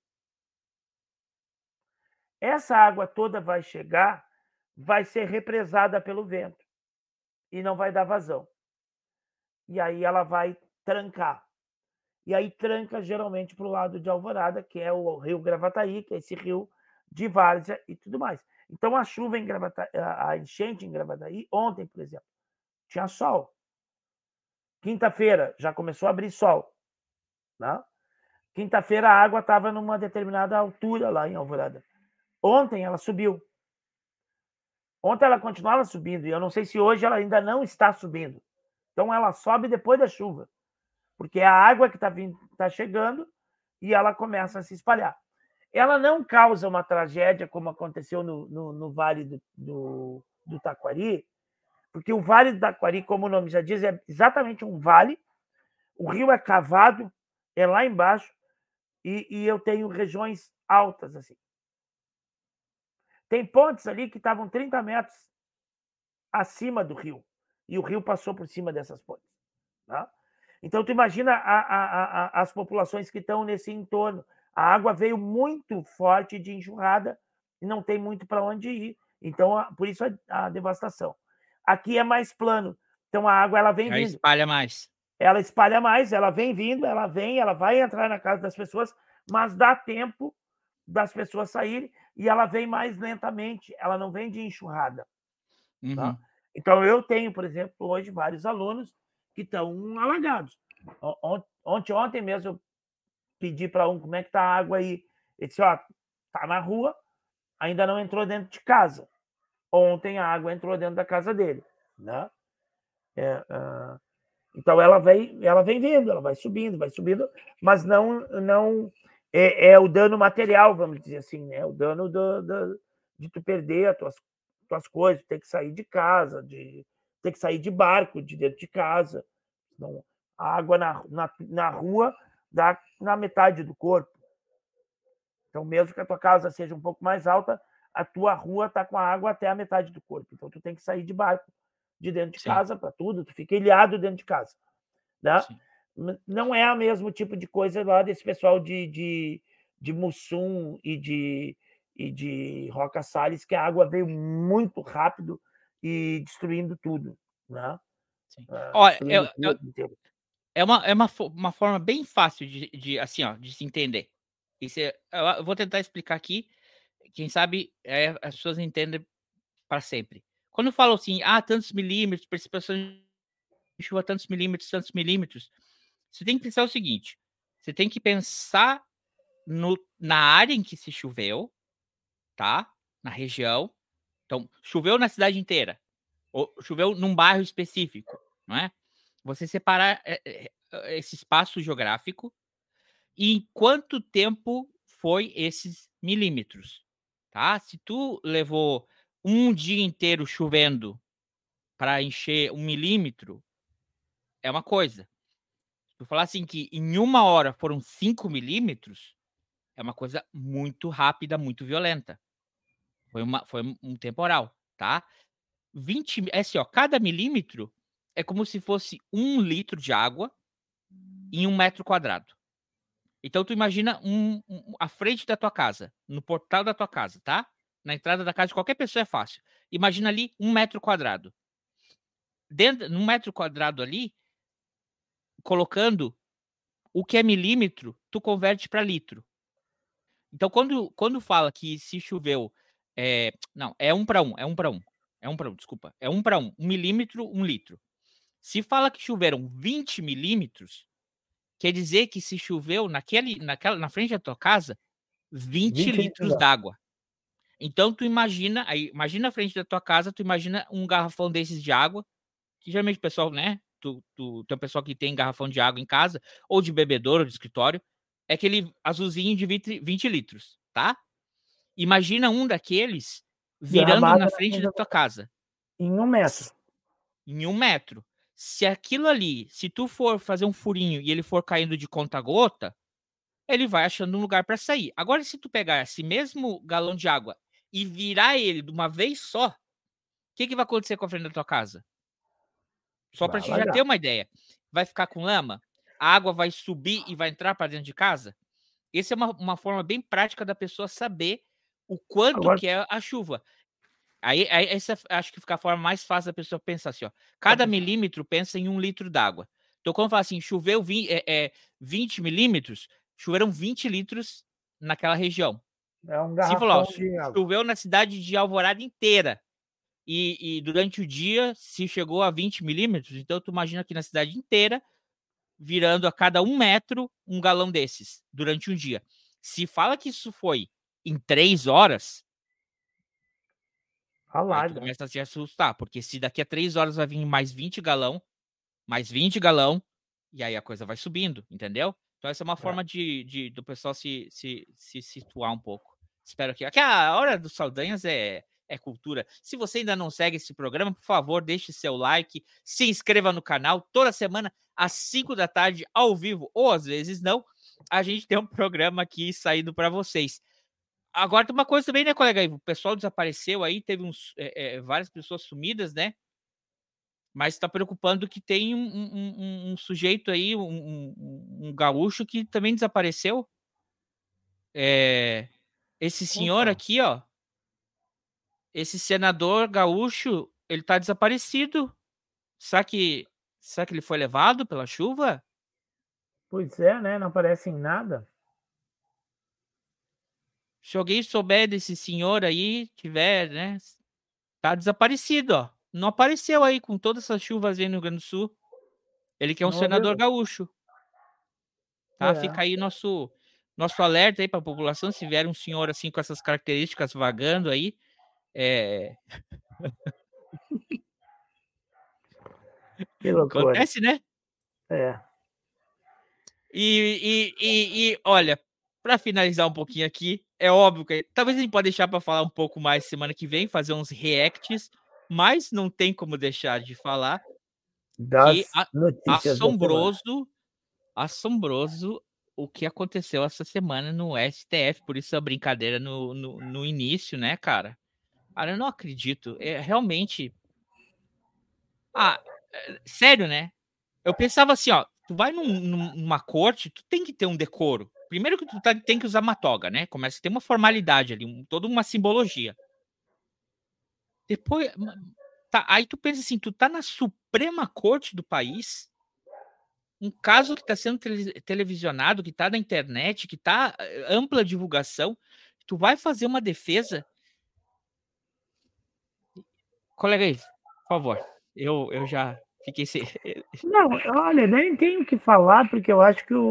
essa água toda vai chegar, vai ser represada pelo vento e não vai dar vazão. E aí ela vai trancar. E aí tranca geralmente para o lado de Alvorada, que é o Rio Gravataí, que é esse rio de várzea e tudo mais. Então a chuva em Gravataí, a enchente em Gravataí, ontem, por exemplo, tinha sol. Quinta-feira já começou a abrir sol. Né? Quinta-feira a água estava numa determinada altura lá em Alvorada. Ontem ela subiu. Ontem ela continuava subindo, e eu não sei se hoje ela ainda não está subindo. Então ela sobe depois da chuva, porque é a água que está chegando e ela começa a se espalhar. Ela não causa uma tragédia como aconteceu no Vale do Taquari, porque o Vale do Taquari, como o nome já diz, é exatamente um vale. O rio é cavado, é lá embaixo, e eu tenho regiões altas assim. Tem pontes ali que estavam 30 metros acima do rio, e o rio passou por cima dessas pontes. Tá? Então, tu imagina as populações que estão nesse entorno. A água veio muito forte de enxurrada e não tem muito para onde ir. Então, por isso a devastação. Aqui é mais plano. Então, a água ela vem vindo. Ela espalha mais. Ela espalha mais, ela vem vindo, ela vai entrar na casa das pessoas, mas dá tempo das pessoas saírem e ela vem mais lentamente. Ela não vem de enxurrada. Tá? Então, eu tenho, por exemplo, hoje vários alunos que estão alagados. Ontem mesmo eu pedi para como é que tá a água aí. Ele disse, tá na rua, ainda não entrou dentro de casa. Ontem a água entrou dentro da casa dele, né? Então ela vem vindo, ela vai subindo, mas não é o dano material, vamos dizer assim, né? O dano de tu perder as tuas coisas, ter que sair de casa, ter que sair de barco de dentro de casa. Então, a água na rua dá na metade do corpo. Então, mesmo que a tua casa seja um pouco mais alta, a tua rua está com a água até a metade do corpo. Então, tu tem que sair de barco de dentro de casa para tudo, tu fica ilhado dentro de casa. Né? Não é o mesmo tipo de coisa lá desse pessoal de Mussum e de Roca Salles, que a água veio muito rápido e destruindo tudo. Né? Olha, é uma forma bem fácil assim, de se entender. Eu vou tentar explicar aqui. Quem sabe as pessoas entendem para sempre. Quando eu falo assim, tantos milímetros, precipitação de chuva, tantos milímetros, você tem que pensar o seguinte: você tem que pensar na área em que se choveu, tá? Na região. Então, choveu na cidade inteira, ou choveu num bairro específico, não é? Você separar esse espaço geográfico e em quanto tempo foi esses milímetros, tá? Se tu levou um dia inteiro chovendo para encher 1 milímetro, é uma coisa. Se tu falar assim que em 1 hora foram 5 milímetros, é uma coisa muito rápida, muito violenta. Foi um temporal, tá? Cada milímetro é como se fosse 1 litro de água em 1 metro quadrado. Então, tu imagina a frente da tua casa, no portal da tua casa, tá? Na entrada da casa de qualquer pessoa é fácil. Imagina ali 1 metro quadrado. Num metro quadrado ali, colocando o que é milímetro, tu converte para litro. Então, quando fala que se choveu... não, é 1 para 1, desculpa. É 1 para 1. 1 milímetro, 1 litro. Se fala que choveram 20 milímetros, quer dizer que se choveu na frente da tua casa 20 litros d'água. Então, tu imagina a frente da tua casa, tu imagina um garrafão desses de água, que geralmente o pessoal, né? Tu tem um pessoal que tem garrafão de água em casa, ou de bebedouro, ou de escritório, é aquele azulzinho de 20 litros, tá? Imagina um daqueles virando na frente da tua casa. Em 1 metro. Em 1 metro. Se aquilo ali, se tu for fazer um furinho e ele for caindo de conta-gota, ele vai achando um lugar para sair. Agora, se tu pegar esse mesmo galão de água e virar ele de uma vez só, o que vai acontecer com a frente da tua casa? Só para te já ter uma ideia. Vai ficar com lama? A água vai subir e vai entrar para dentro de casa? Essa é uma forma bem prática da pessoa saber o quanto que é a chuva. Aí essa acho que fica a forma mais fácil da pessoa pensar assim, ó. Cada milímetro pensa em 1 litro d'água. Então, quando fala assim, choveu 20 milímetros, choveram 20 litros naquela região. É um garrafão de água. Choveu na cidade de Alvorada inteira. E durante o dia, se chegou a 20 milímetros, então tu imagina que na cidade inteira, virando a cada 1 metro, um galão desses, durante um dia. Se fala que isso foi em 3 horas, aí tu começa a se assustar, porque se daqui a 3 horas vai vir mais 20 galão, e aí a coisa vai subindo, entendeu? Então essa é uma forma do pessoal se situar um pouco. Espero que a Hora dos Saldanhas é cultura. Se você ainda não segue esse programa, por favor, deixe seu like, se inscreva no canal. Toda semana, às 5 da tarde, ao vivo, ou às vezes não, a gente tem um programa aqui saindo para vocês. Agora tem uma coisa também, né, colega? O pessoal desapareceu aí, teve várias pessoas sumidas, né? Mas está preocupando que tem um sujeito aí, um gaúcho que também desapareceu. Esse senhor aqui, ó, esse senador gaúcho, ele tá desaparecido. Será que ele foi levado pela chuva? Pois é, né? Não aparece em nada. Se alguém souber desse senhor aí, tiver, né? Tá desaparecido, ó. Não apareceu aí com todas essas chuvas aí no Rio Grande do Sul. Ele quer um Não é senador verdade. gaúcho. Tá? É. Fica aí nosso alerta aí para a população, se vier um senhor assim com essas características vagando aí, Que loucura. acontece, né? É. E olha, para finalizar um pouquinho aqui, é óbvio que talvez a gente pode deixar para falar um pouco mais semana que vem, fazer uns reacts, mas não tem como deixar de falar que Das notícias da semana. assombroso o que aconteceu essa semana no STF, por isso a brincadeira no início, né, cara? Cara, eu não acredito. É realmente. Sério, né? Eu pensava assim, ó, tu vai numa corte, tu tem que ter um decoro. Primeiro que tu tem que usar uma toga, né? Começa a ter uma formalidade ali, toda uma simbologia. Depois, aí tu pensa assim, tu tá na Suprema Corte do país, um caso que está sendo televisionado, que está na internet, que está ampla divulgação, tu vai fazer uma defesa. Colega aí, por favor, eu já fiquei sem. Não, olha, nem tenho o que falar, porque eu acho que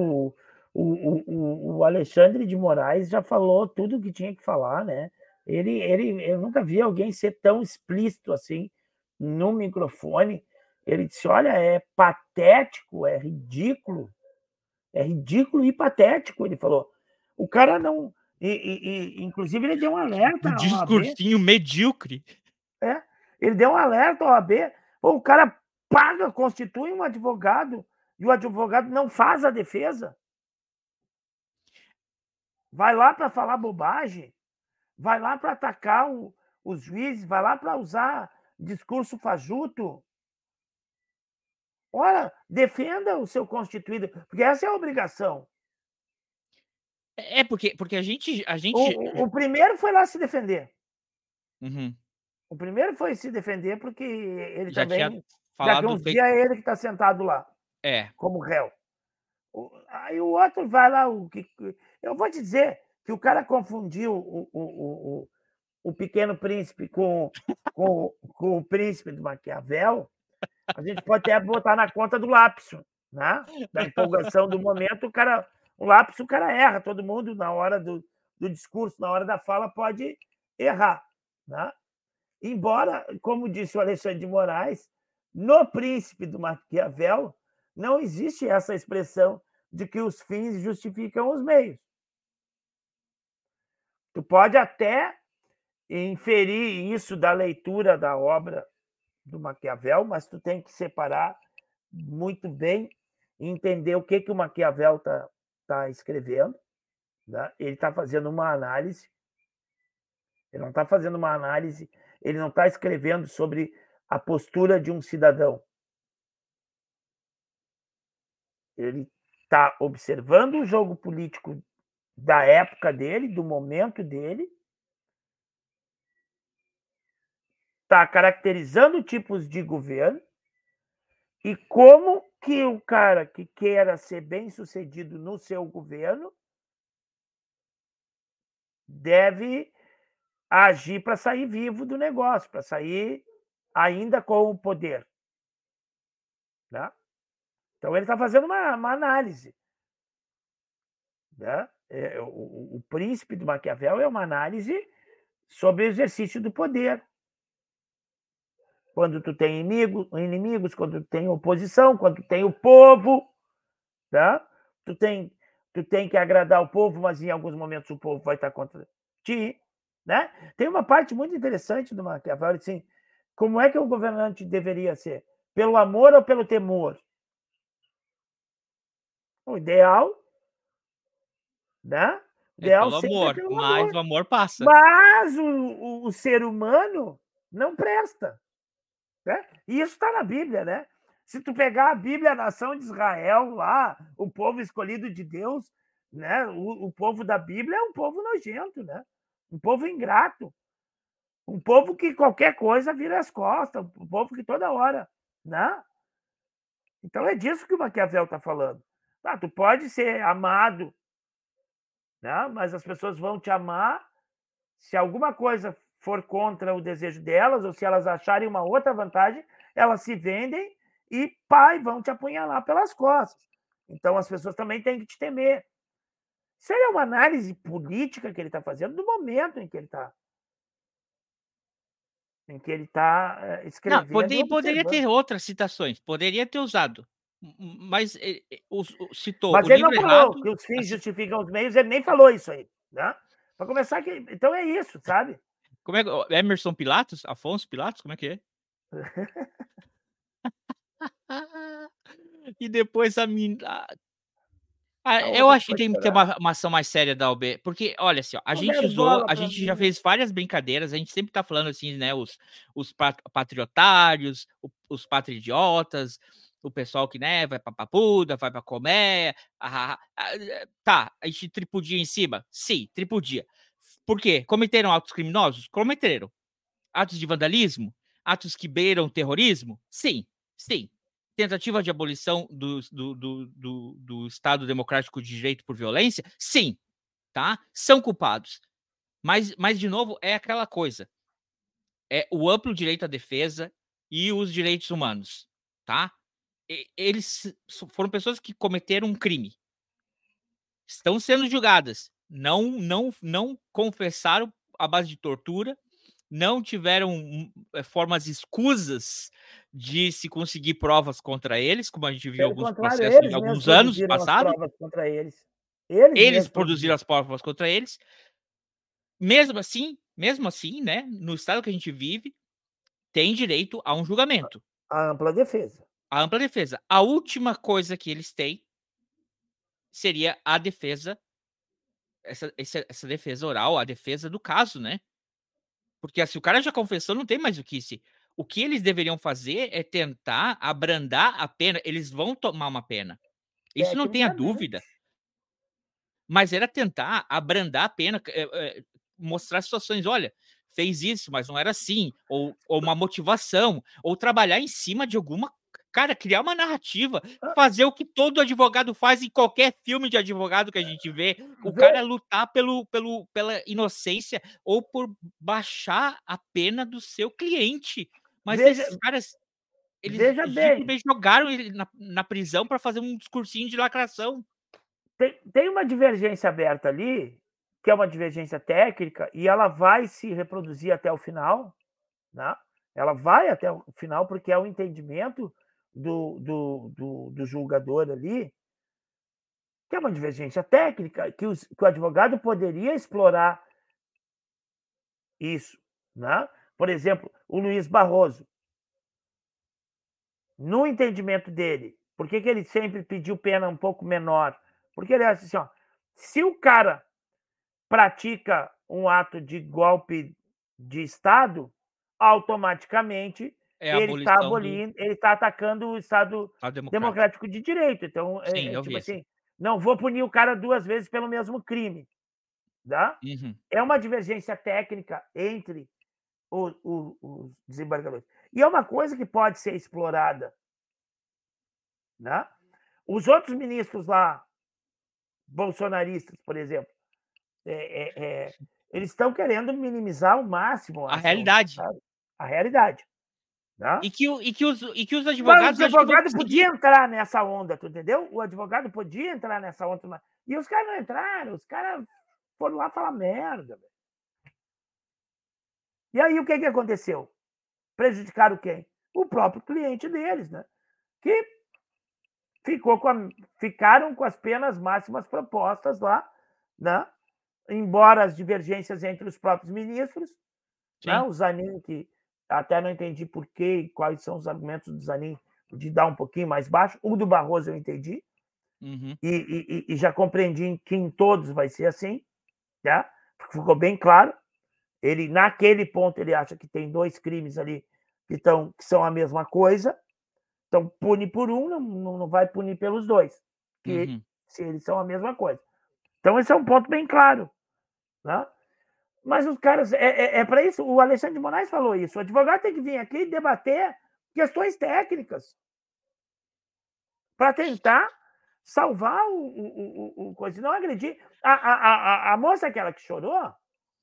o Alexandre de Moraes já falou tudo o que tinha que falar, né? Eu nunca vi alguém ser tão explícito assim no microfone. Ele disse: olha, é patético, é ridículo e patético. Ele falou: o cara não. Inclusive, ele deu um alerta Um à OAB. discursinho medíocre. Ele deu um alerta à OAB. Pô, o cara constitui um advogado e o advogado não faz a defesa. Vai lá para falar bobagem, vai lá para atacar os juízes, vai lá para usar discurso fajuto. Olha, defenda o seu constituído, porque essa é a obrigação. Porque a gente. O primeiro foi lá se defender. Uhum. O primeiro foi se defender porque ele Já também. tinha falado. Daqui uns dias é ele que está sentado lá. Como réu. Aí o outro vai lá. Eu vou te dizer que o cara confundiu o Pequeno Príncipe com o Príncipe do Maquiavel. A gente pode até botar na conta do lapso, né? Da empolgação do momento, o lapso o cara erra. Todo mundo, na hora do discurso, na hora da fala, pode errar, né? Embora, como disse o Alexandre de Moraes, no Príncipe do Maquiavel não existe essa expressão de que os fins justificam os meios. Tu pode até inferir isso da leitura da obra do Maquiavel, mas tu tem que separar muito bem e entender o que o Maquiavel tá escrevendo. Né? Ele está fazendo uma análise. Ele não está fazendo uma análise, ele não está escrevendo sobre a postura de um cidadão. Ele está observando o jogo político da época dele, do momento dele, está caracterizando tipos de governo e como que o cara que queira ser bem-sucedido no seu governo deve agir para sair vivo do negócio, para sair ainda com o poder. Né? Então, ele está fazendo uma análise. Né? O Príncipe do Maquiavel é uma análise sobre o exercício do poder. Quando tu tem inimigos, quando tu tem oposição, quando tu tem o povo, tá? Tu tem que agradar o povo, mas em alguns momentos o povo vai estar contra ti. Né? Tem uma parte muito interessante do Maquiavel, assim, como é que o governante deveria ser? Pelo amor ou pelo temor? O ideal, né? O ideal pelo sempre amor, é pelo mas amor. o amor passa. Mas o ser humano não presta. Né? E isso está na Bíblia, né? Se tu pegar a Bíblia, a nação de Israel lá, o povo escolhido de Deus, né? O povo da Bíblia é um povo nojento, né? Um povo ingrato, um povo que qualquer coisa vira as costas, um povo que toda hora, né? Então é disso que o Maquiavel está falando. Ah, tu pode ser amado, né? Mas as pessoas vão te amar se alguma coisa for contra o desejo delas ou se elas acharem uma outra vantagem, elas se vendem e pai, vão te apunhalar pelas costas. Então as pessoas também têm que te temer. Isso aí é uma análise política que ele está fazendo do momento em que ele está escrevendo. Não, poderia ter outras citações, poderia ter usado, mas citou Mas o ele não livro falou errado. que os fins justificam os meios, ele nem falou isso aí, né? Para começar, então é isso, sabe? Como é que Emerson Pilatos? Afonso Pilatos? Como é que é? E depois eu acho que tem que ter uma ação mais séria da UB, porque, olha assim, ó, a gente já fez várias brincadeiras, a gente sempre tá falando assim, né, os patriotários, os patriotas, o pessoal que, né, vai pra Papuda, vai pra Colmeia, tá, a gente tripudia em cima? Sim, tripudia. Por quê? Cometeram atos criminosos? Cometeram. Atos de vandalismo? Atos que beiram terrorismo? Sim, sim. Tentativa de abolição do Estado Democrático de Direito por violência? Sim, tá? São culpados. Mas, de novo, é aquela coisa. É o amplo direito à defesa e os direitos humanos, tá? Eles foram pessoas que cometeram um crime. Estão sendo julgadas. Não confessaram à base de tortura, não tiveram formas escusas de se conseguir provas contra eles, como a gente viu em alguns processos de alguns anos passados. Eles produziram as provas contra eles. Mesmo assim, né, no estado que a gente vive, tem direito a um julgamento. A ampla defesa. A ampla defesa. A última coisa que eles têm seria a defesa, essa defesa oral, a defesa do caso, né? Porque se o cara já confessou, não tem mais o que se. O que eles deveriam fazer é tentar abrandar a pena. Eles vão tomar uma pena. Isso não tenha dúvida. Mas era tentar abrandar a pena, mostrar situações, olha, fez isso, mas não era assim. Ou uma motivação, ou trabalhar em cima de alguma. Cara, criar uma narrativa, fazer o que todo advogado faz em qualquer filme de advogado que a gente vê, o cara lutar pela inocência ou por baixar a pena do seu cliente. Mas esses caras, eles jogaram ele na prisão para fazer um discursinho de lacração. Tem uma divergência aberta ali, que é uma divergência técnica, e ela vai se reproduzir até o final, né? Ela vai até o final, porque é o entendimento do julgador ali, que é uma divergência técnica, que o advogado poderia explorar isso, né? Por exemplo, o Luiz Barroso, no entendimento dele, por que ele sempre pediu pena um pouco menor? Porque ele acha assim, ó, se o cara pratica um ato de golpe de Estado, automaticamente ele está abolindo, ele está atacando o Estado Democrático de Direito. Então, tipo assim, não vou punir o cara 2 vezes pelo mesmo crime. Tá? Uhum. É uma divergência técnica entre os desembargadores. E é uma coisa que pode ser explorada. Né? Os outros ministros lá, bolsonaristas, por exemplo, eles estão querendo minimizar ao máximo a realidade. A realidade. Né? E que os advogados... Mas o advogado podia entrar nessa onda, tu entendeu? O advogado podia entrar nessa onda. E os caras não entraram, os caras foram lá falar merda. E aí o que aconteceu? Prejudicaram quem? O próprio cliente deles, né? Que ficaram com as penas máximas propostas lá, né? Embora as divergências entre os próprios ministros, né? O Zanin, que até não entendi por quê, quais são os argumentos do Zanin de dar um pouquinho mais baixo. O do Barroso eu entendi. Uhum. E já compreendi que em todos vai ser assim. Tá? Ficou bem claro. Ele, naquele ponto, ele acha que tem 2 crimes ali que são a mesma coisa. Então, pune por um, não vai punir pelos 2. Que se eles são a mesma coisa. Então, esse é um ponto bem claro. Né? Mas os caras, para isso, o Alexandre de Moraes falou isso. O advogado tem que vir aqui debater questões técnicas para tentar salvar o coisa, não agredir. A moça aquela que chorou,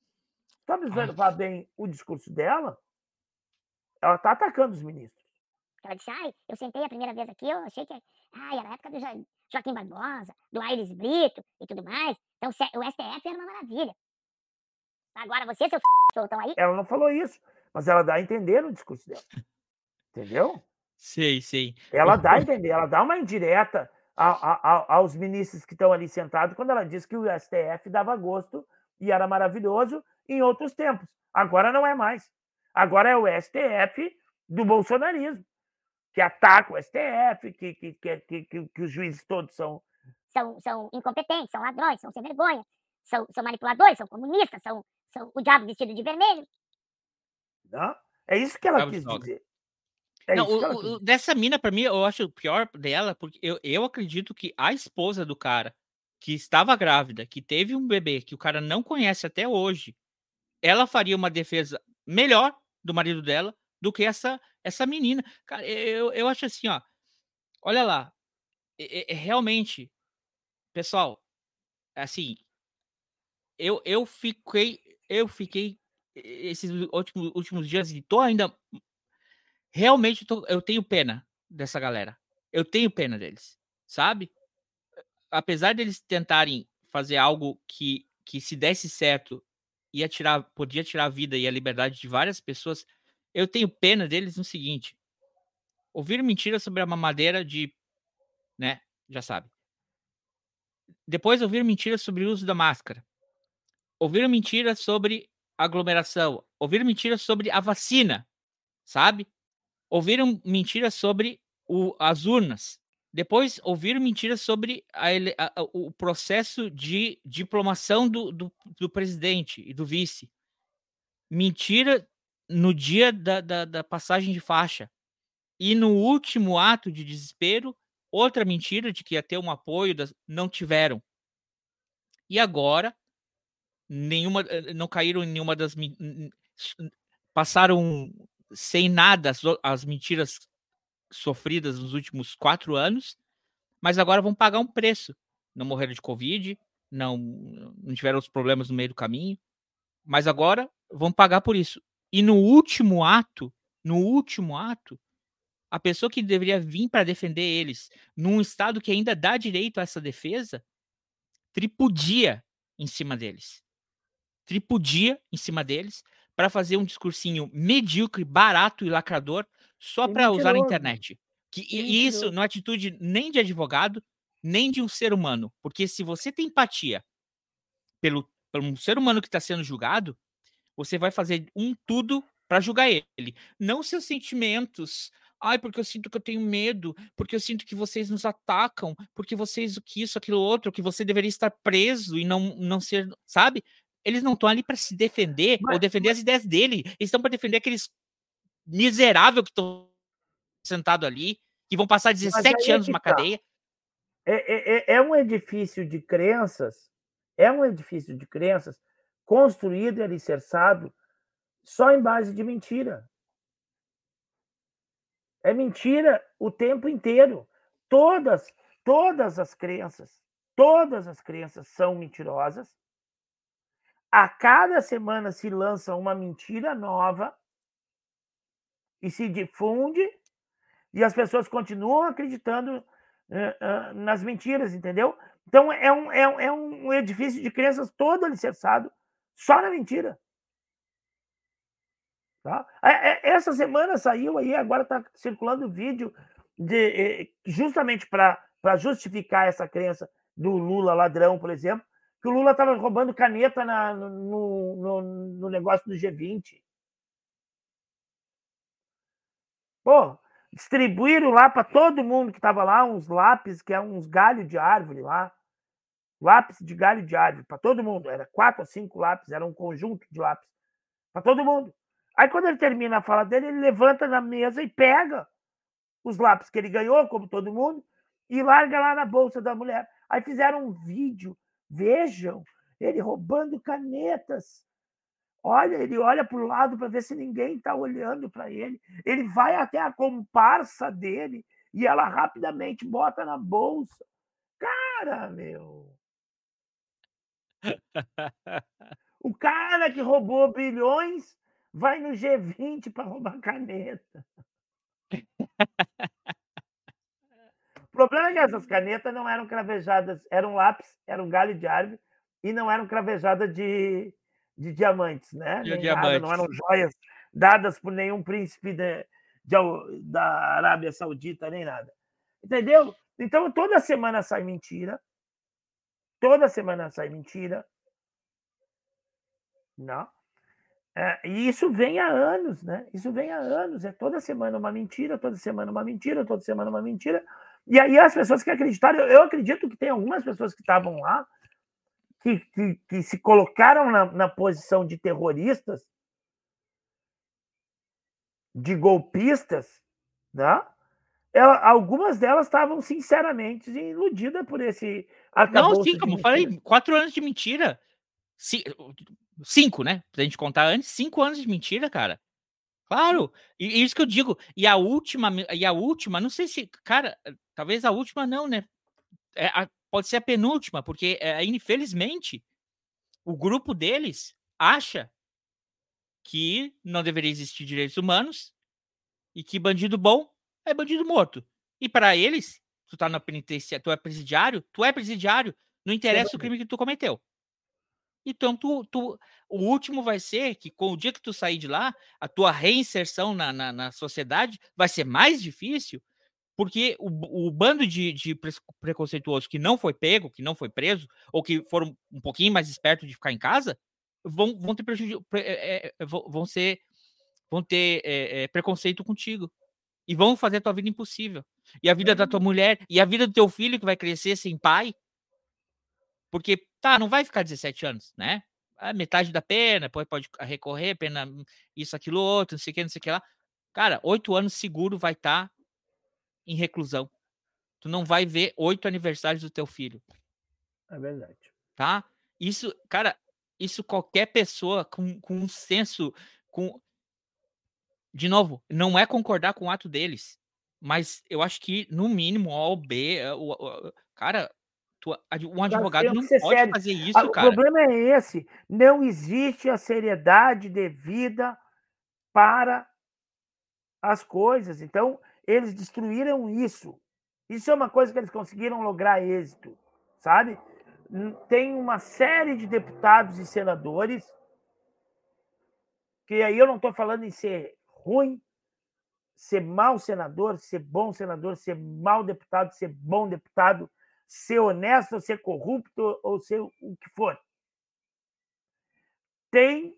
só observar bem o discurso dela, ela está atacando os ministros. Porque ela disse, eu sentei a primeira vez aqui, eu achei que era a época do Joaquim Barbosa, do Aires Brito e tudo mais. Então o STF era uma maravilha. Agora você, seu estão aí? Ela não falou isso, mas ela dá a entender no discurso dela. Entendeu? Sei. Ela dá a entender, ela dá uma indireta aos ministros que estão ali sentados quando ela diz que o STF dava gosto e era maravilhoso em outros tempos. Agora não é mais. Agora é o STF do bolsonarismo, que ataca o STF, que os juízes todos são incompetentes, são ladrões, são sem vergonha, são manipuladores, são comunistas, são o diabo vestido de vermelho. Não? É isso que ela quis dizer. Dessa mina, pra mim, eu acho o pior dela, porque eu acredito que a esposa do cara, que estava grávida, que teve um bebê, que o cara não conhece até hoje, ela faria uma defesa melhor do marido dela do que essa menina. Cara, eu acho assim, ó. Olha lá. Realmente, pessoal, assim, eu fiquei esses últimos dias e tô ainda realmente eu tenho pena dessa galera. Eu tenho pena deles, sabe? Apesar deles tentarem fazer algo que se desse certo podia tirar a vida e a liberdade de várias pessoas, eu tenho pena deles no seguinte: ouvir mentiras sobre a mamadeira de, né, já sabe. Depois ouvir mentiras sobre o uso da máscara. Ouvir mentiras sobre aglomeração. Ouvir mentiras sobre a vacina, sabe? Ouviram mentiras sobre as urnas. Depois ouviram mentiras sobre o processo de diplomação do presidente e do vice. Mentira no dia da passagem de faixa. E no último ato de desespero, outra mentira de que ia ter um apoio, não tiveram. E agora, não caíram em nenhuma das... Passaram sem nada as mentiras sofridas nos últimos 4 anos, mas agora vão pagar um preço. Não morreram de Covid, não tiveram os problemas no meio do caminho, mas agora vão pagar por isso. E no último ato, a pessoa que deveria vir para defender eles, num estado que ainda dá direito a essa defesa, tripudia em cima deles. Para fazer um discursinho medíocre, barato e lacrador só para usar a internet. E isso não é atitude nem de advogado, nem de um ser humano. Porque se você tem empatia pelo um ser humano que está sendo julgado, você vai fazer tudo para julgar ele. Não seus sentimentos. Porque eu sinto que eu tenho medo, porque eu sinto que vocês nos atacam, porque vocês isso, aquilo, outro, que você deveria estar preso e não ser, sabe? Eles não estão ali para se defender ou defender as ideias dele. Eles estão para defender aqueles miseráveis que estão sentados ali, que vão passar 17 anos numa cadeia. É um edifício de crenças, construído e alicerçado só em base de mentira. É mentira o tempo inteiro. Todas as crenças são mentirosas. A cada semana se lança uma mentira nova e se difunde, e as pessoas continuam acreditando nas mentiras, entendeu? Então é um edifício de crenças todo alicerçado só na mentira. Tá? Essa semana saiu aí, agora está circulando vídeo justamente para justificar essa crença do Lula ladrão, por exemplo, que o Lula estava roubando caneta no negócio do G20. Pô, distribuíram lá para todo mundo que estava lá uns lápis, que é uns galhos de árvore lá. Lápis de galho de árvore, para todo mundo. Era 4 ou 5 lápis, era um conjunto de lápis. Para todo mundo. Aí, quando ele termina a fala dele, ele levanta na mesa e pega os lápis que ele ganhou, como todo mundo, e larga lá na bolsa da mulher. Aí fizeram um vídeo. Vejam, ele roubando canetas. Olha, ele olha para o lado para ver se ninguém está olhando para ele. Ele vai até a comparsa dele e ela rapidamente bota na bolsa. Cara, meu! O cara que roubou bilhões vai no G20 para roubar caneta. O problema é que essas canetas não eram cravejadas, eram lápis, era um galho de árvore e não eram cravejadas de diamantes, né? De Nem diamantes. nada, não eram joias dadas por nenhum príncipe da Arábia Saudita, nem nada. Entendeu? Então, toda semana sai mentira. Toda semana sai mentira. Não. E isso vem há anos, né? Isso vem há anos. É toda semana uma mentira, toda semana uma mentira, toda semana uma mentira. E aí as pessoas que acreditaram, eu acredito que tem algumas pessoas que estavam lá que se colocaram na posição de terroristas, de golpistas, né? Algumas delas estavam sinceramente iludidas por esse Não, arcabouço sim, de como eu mentiras. falei, 4 anos de mentira. 5, né? Pra gente contar antes, 5 anos de mentira, cara. Claro, e isso que eu digo. E a última, não sei se, cara, talvez a última não, né? Pode ser a penúltima, porque infelizmente o grupo deles acha que não deveria existir direitos humanos e que bandido bom é bandido morto. E para eles, tu tá na penitência, tu é presidiário, não interessa o crime que tu cometeu. Então, o último vai ser que, com o dia que tu sair de lá, a tua reinserção na sociedade vai ser mais difícil, porque o bando de preconceituosos que não foi pego, que não foi preso, ou que foram um pouquinho mais espertos de ficar em casa, vão ter vão ter preconceito contigo. E vão fazer a tua vida impossível. E a vida da tua mulher, e a vida do teu filho que vai crescer sem pai. Porque, não vai ficar 17 anos, né? Metade da pena, depois pode recorrer, pena isso, aquilo, outro, não sei o que lá. Cara, 8 anos seguro vai estar em reclusão. Tu não vai ver 8 aniversários do teu filho. É verdade. Tá? Isso, cara, isso qualquer pessoa com um senso, de novo, não é concordar com o ato deles, mas eu acho que, no mínimo, A ou B, cara, um advogado não pode fazer isso, cara. O problema é esse. Não existe a seriedade devida para as coisas. Então, eles destruíram isso. Isso é uma coisa que eles conseguiram lograr êxito, sabe? Tem uma série de deputados e senadores que aí eu não estou falando em ser ruim, ser mau senador, ser bom senador, ser mau deputado, ser bom deputado, ser honesto, ou ser corrupto, ou ser o que for. Tem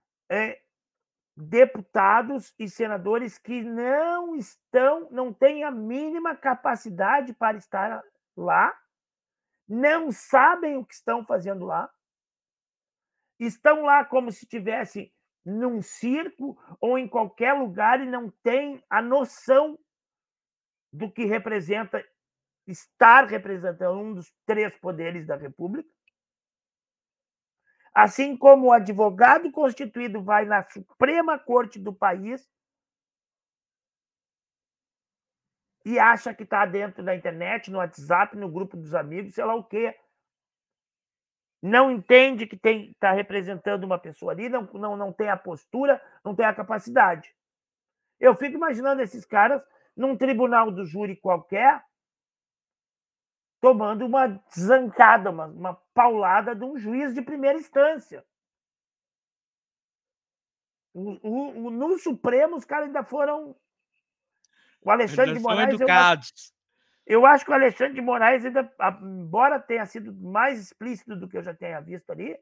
deputados e senadores que não têm a mínima capacidade para estar lá, não sabem o que estão fazendo lá, estão lá como se estivesse num circo ou em qualquer lugar e não têm a noção do que representa estar representando um dos 3 poderes da República. Assim como o advogado constituído vai na Suprema Corte do país e acha que está dentro da internet, no WhatsApp, no grupo dos amigos, sei lá o quê. Não entende que está representando uma pessoa ali, não tem a postura, não tem a capacidade. Eu fico imaginando esses caras num tribunal do júri qualquer, tomando uma zancada, uma paulada de um juiz de primeira instância. No Supremo, os caras ainda foram... O Alexandre de Moraes... Eu acho que o Alexandre de Moraes, ainda, embora tenha sido mais explícito do que eu já tenha visto ali,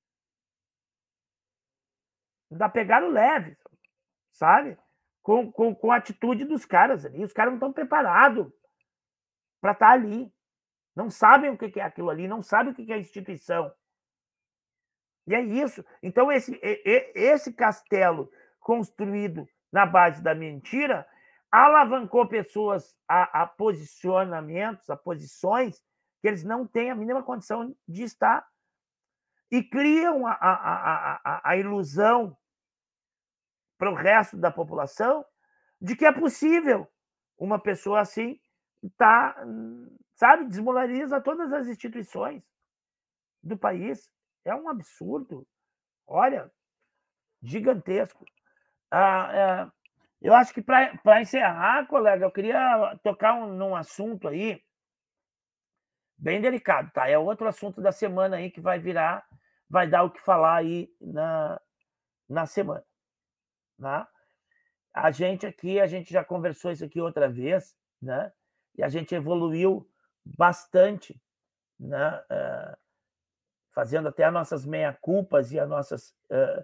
ainda pegaram leve, sabe? Com a atitude dos caras ali. Os caras não estão preparados para estar ali. Não sabem o que é aquilo ali, não sabem o que é a instituição. E é isso. Então, esse castelo construído na base da mentira alavancou pessoas a posicionamentos, a posições que eles não têm a mínima condição de estar e criam a ilusão para o resto da população de que é possível uma pessoa assim estar, sabe, desmoraliza todas as instituições do país. É um absurdo. Olha, gigantesco. Eu acho que para encerrar, colega, eu queria tocar num assunto aí bem delicado, tá? É outro assunto da semana aí que vai dar o que falar aí na semana, né? A gente já conversou isso aqui outra vez, né? E a gente evoluiu bastante, né? Fazendo até as nossas meia-culpas e as nossas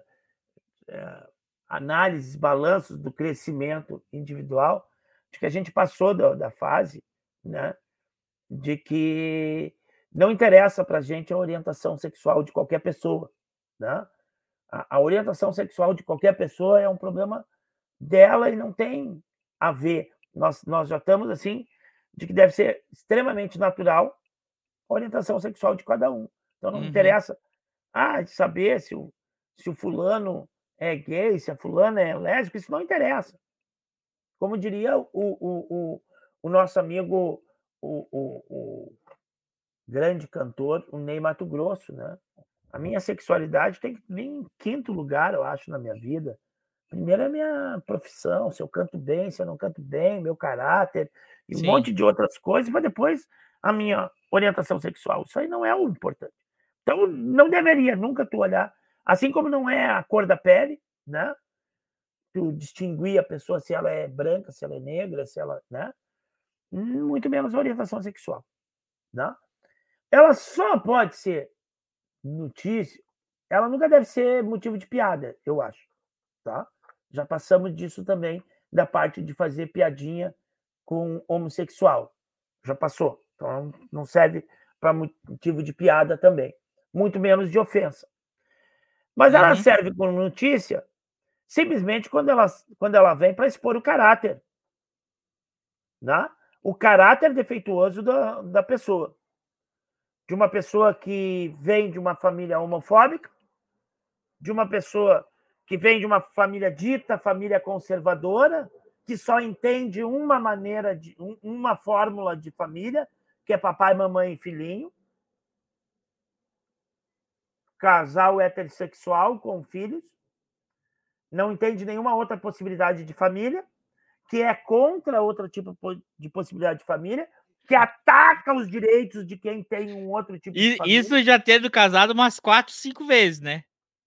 análises, balanços do crescimento individual, de que a gente passou da fase, né? De que não interessa para a gente a orientação sexual de qualquer pessoa, né? A orientação sexual de qualquer pessoa é um problema dela e não tem a ver. Nós já estamos assim, de que deve ser extremamente natural a orientação sexual de cada um. Então não interessa de saber se o fulano é gay, se a fulana é lésbica, isso não interessa. Como diria o nosso amigo, o grande cantor, o Ney Matogrosso, né? A minha sexualidade tem que vir em quinto lugar, eu acho, na minha vida. Primeiro é a minha profissão, se eu canto bem, se eu não canto bem, meu caráter, e um monte de outras coisas, mas depois a minha orientação sexual. Isso aí não é o importante. Então, não deveria nunca tu olhar, assim como não é a cor da pele, né? Tu distinguir a pessoa se ela é branca, se ela é negra, se ela, né? Muito menos a orientação sexual, né? Ela só pode ser notícia, ela nunca deve ser motivo de piada, eu acho, tá? Já passamos disso também, da parte de fazer piadinha com homossexual. Já passou. Então, não serve para motivo de piada também. Muito menos de ofensa. Mas ela serve como notícia simplesmente quando ela vem para expor o caráter. Né? O caráter defeituoso da pessoa. De uma pessoa que vem de uma família homofóbica, de uma pessoa que vem de uma família dita, família conservadora, que só entende uma maneira, uma fórmula de família, que é papai, mamãe e filhinho. Casal heterossexual com filhos. Não entende nenhuma outra possibilidade de família, que é contra outro tipo de possibilidade de família, que ataca os direitos de quem tem um outro tipo de família. Isso já tendo casado umas 4, 5 vezes, né?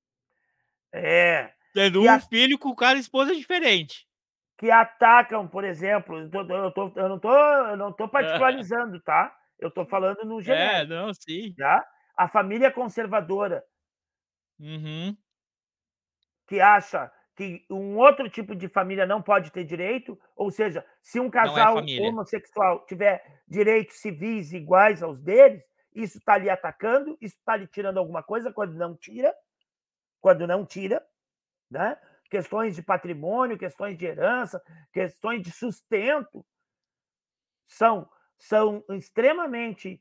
Tendo um filho com cada esposa diferente. Que atacam, por exemplo, eu não estou particularizando, tá? Eu estou falando no genérico. Não, sim. Tá? A família conservadora que acha que um outro tipo de família não pode ter direito, ou seja, se um casal homossexual tiver direitos civis iguais aos deles, isso está lhe atacando, isso está lhe tirando alguma coisa quando não tira, né? Questões de patrimônio, questões de herança, questões de sustento são extremamente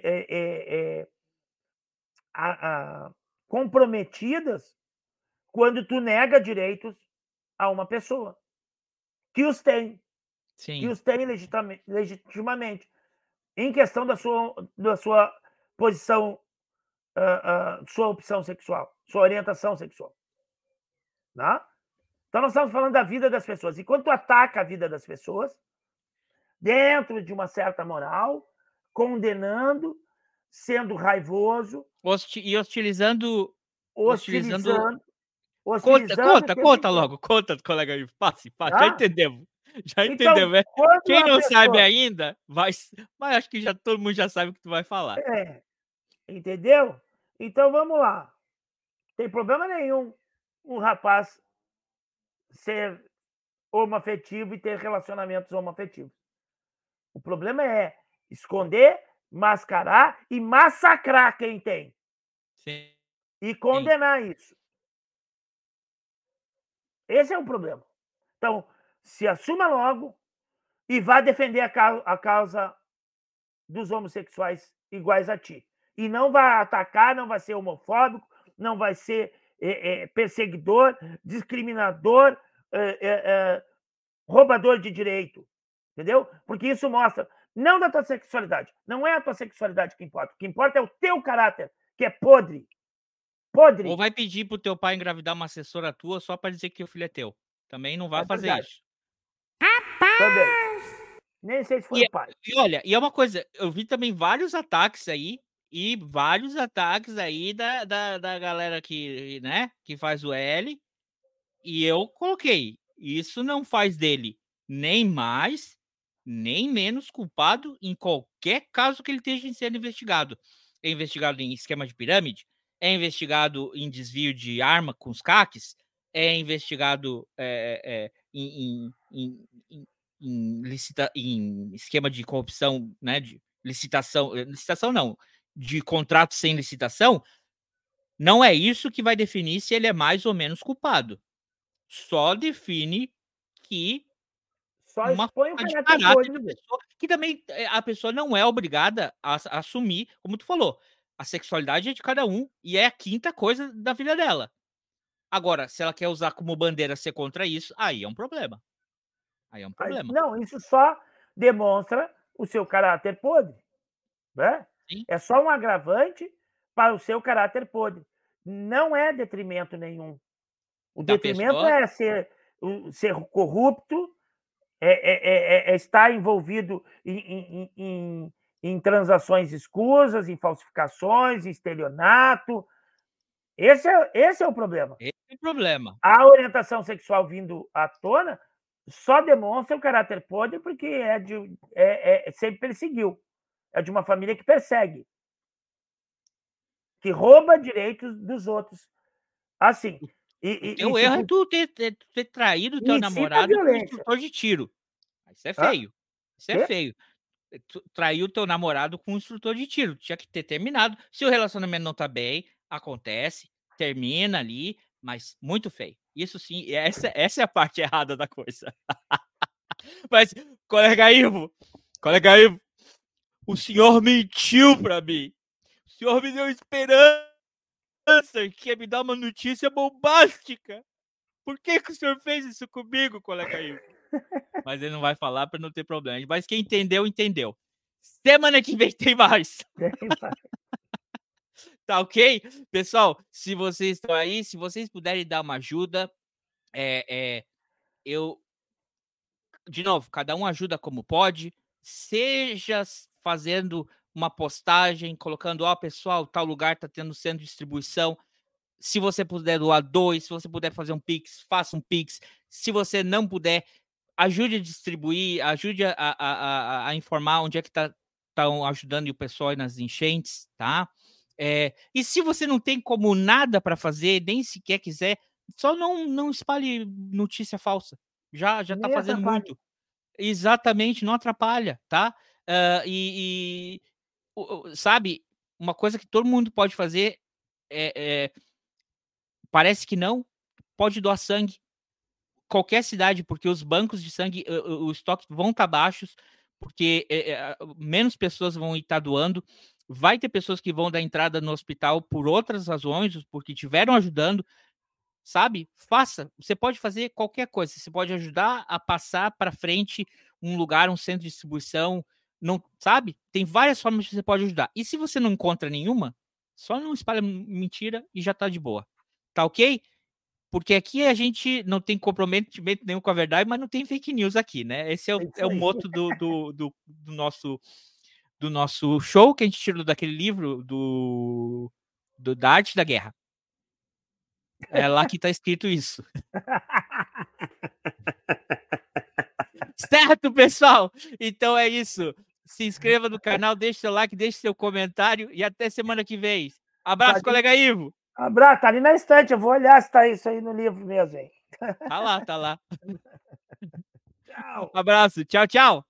comprometidas quando tu nega direitos a uma pessoa que os tem, legitimamente, em questão da sua posição, sua opção sexual, sua orientação sexual. Né? Então, nós estamos falando da vida das pessoas. E quando tu ataca a vida das pessoas, dentro de uma certa moral, condenando, sendo raivoso... E hostilizando... Conta logo, colega aí. Passe. Já entendemos. Então, quem não sabe ainda, mas acho que todo mundo já sabe o que tu vai falar. Entendeu? Então, vamos lá. Não tem problema nenhum um rapaz ser homoafetivo e ter relacionamentos homoafetivos. O problema é esconder, mascarar e massacrar quem tem. Sim. E condenar isso. Esse é o problema. Então, se assuma logo e vá defender a causa dos homossexuais iguais a ti. E não vai atacar, não vai ser homofóbico, não vai ser perseguidor, discriminador, roubador de direito. Entendeu? Porque isso mostra, não da tua sexualidade, não é a tua sexualidade que importa. O que importa é o teu caráter, que é podre. Podre. Ou vai pedir pro teu pai engravidar uma assessora tua só para dizer que o filho é teu. Também não vai fazer isso. Também. Nem sei se foi o pai. E olha, e é uma coisa, eu vi também vários ataques aí, da galera que, né, que faz o L, e eu coloquei, isso não faz dele nem mais, nem menos culpado em qualquer caso que ele esteja sendo investigado. É investigado em esquema de pirâmide, é investigado em desvio de arma com os CACs, é investigado em esquema de corrupção, né, de licitação não, de contrato sem licitação. Não é isso que vai definir se ele é mais ou menos culpado. Só define que Só uma expõe o falta de caráter caráter podre da dele. pessoa, que também a pessoa não é obrigada a assumir, como tu falou, a sexualidade é de cada um e é a quinta coisa da vida dela. Agora, se ela quer usar como bandeira ser contra isso, aí é um problema. Aí é um problema. Não, isso só demonstra o seu caráter podre, né? Sim. É só um agravante para o seu caráter podre. Não é detrimento nenhum. O Da detrimento pessoa. é ser corrupto, é estar envolvido em transações escusas, em falsificações, em estelionato. Esse é o problema. Esse é o problema. A orientação sexual vindo à tona só demonstra o caráter podre porque sempre perseguiu. É de uma família que persegue, que rouba direitos dos outros. Assim. O teu erro é tu ter traído o teu namorado com um instrutor de tiro. Isso é feio. Isso é feio. Tu traiu o teu namorado com um instrutor de tiro. Tinha que ter terminado. Se o relacionamento não tá bem, acontece, termina ali, mas muito feio. Isso sim, essa é a parte errada da coisa. Mas, colega Ivo, o senhor mentiu pra mim. O senhor me deu esperança que ia me dar uma notícia bombástica. Por que o senhor fez isso comigo, colega Ivo? Mas ele não vai falar para não ter problema. Mas quem entendeu, entendeu. Semana que vem tem mais. Tá ok? Pessoal, se vocês estão aí, se vocês puderem dar uma ajuda, eu... De novo, cada um ajuda como pode, seja fazendo uma postagem, colocando, pessoal, tal lugar está tendo centro de distribuição. Se você puder doar 2, se você puder fazer um Pix, faça um Pix. Se você não puder, ajude a distribuir, ajude a informar onde é que estão ajudando o pessoal nas enchentes, tá? E se você não tem como nada para fazer, nem sequer quiser, só não espalhe notícia falsa. Já tá fazendo muito. Exatamente, não atrapalha, tá? Sabe, uma coisa que todo mundo pode fazer parece que não, pode doar sangue. Qualquer cidade, porque os bancos de sangue, o estoque vão estar baixos, porque menos pessoas vão estar doando. Vai ter pessoas que vão dar entrada no hospital por outras razões, porque estiveram ajudando. Sabe? Faça. Você pode fazer qualquer coisa. Você pode ajudar a passar para frente um lugar, um centro de distribuição. Não, sabe? Tem várias formas que você pode ajudar. E se você não encontra nenhuma, só não espalha mentira e já tá de boa. Tá ok? Porque aqui a gente não tem comprometimento nenhum com a verdade, mas não tem fake news aqui, né? Esse é o moto do nosso show, que a gente tirou daquele livro da Arte da Guerra. É lá que tá escrito isso. Certo, pessoal? Então é isso. Se inscreva no canal, deixe seu like, deixe seu comentário e até semana que vem. Abraço, colega Ivo. Abraço, tá ali na estante. Eu vou olhar se tá isso aí no livro mesmo, hein? Tá lá. Tchau. Abraço. Tchau, tchau.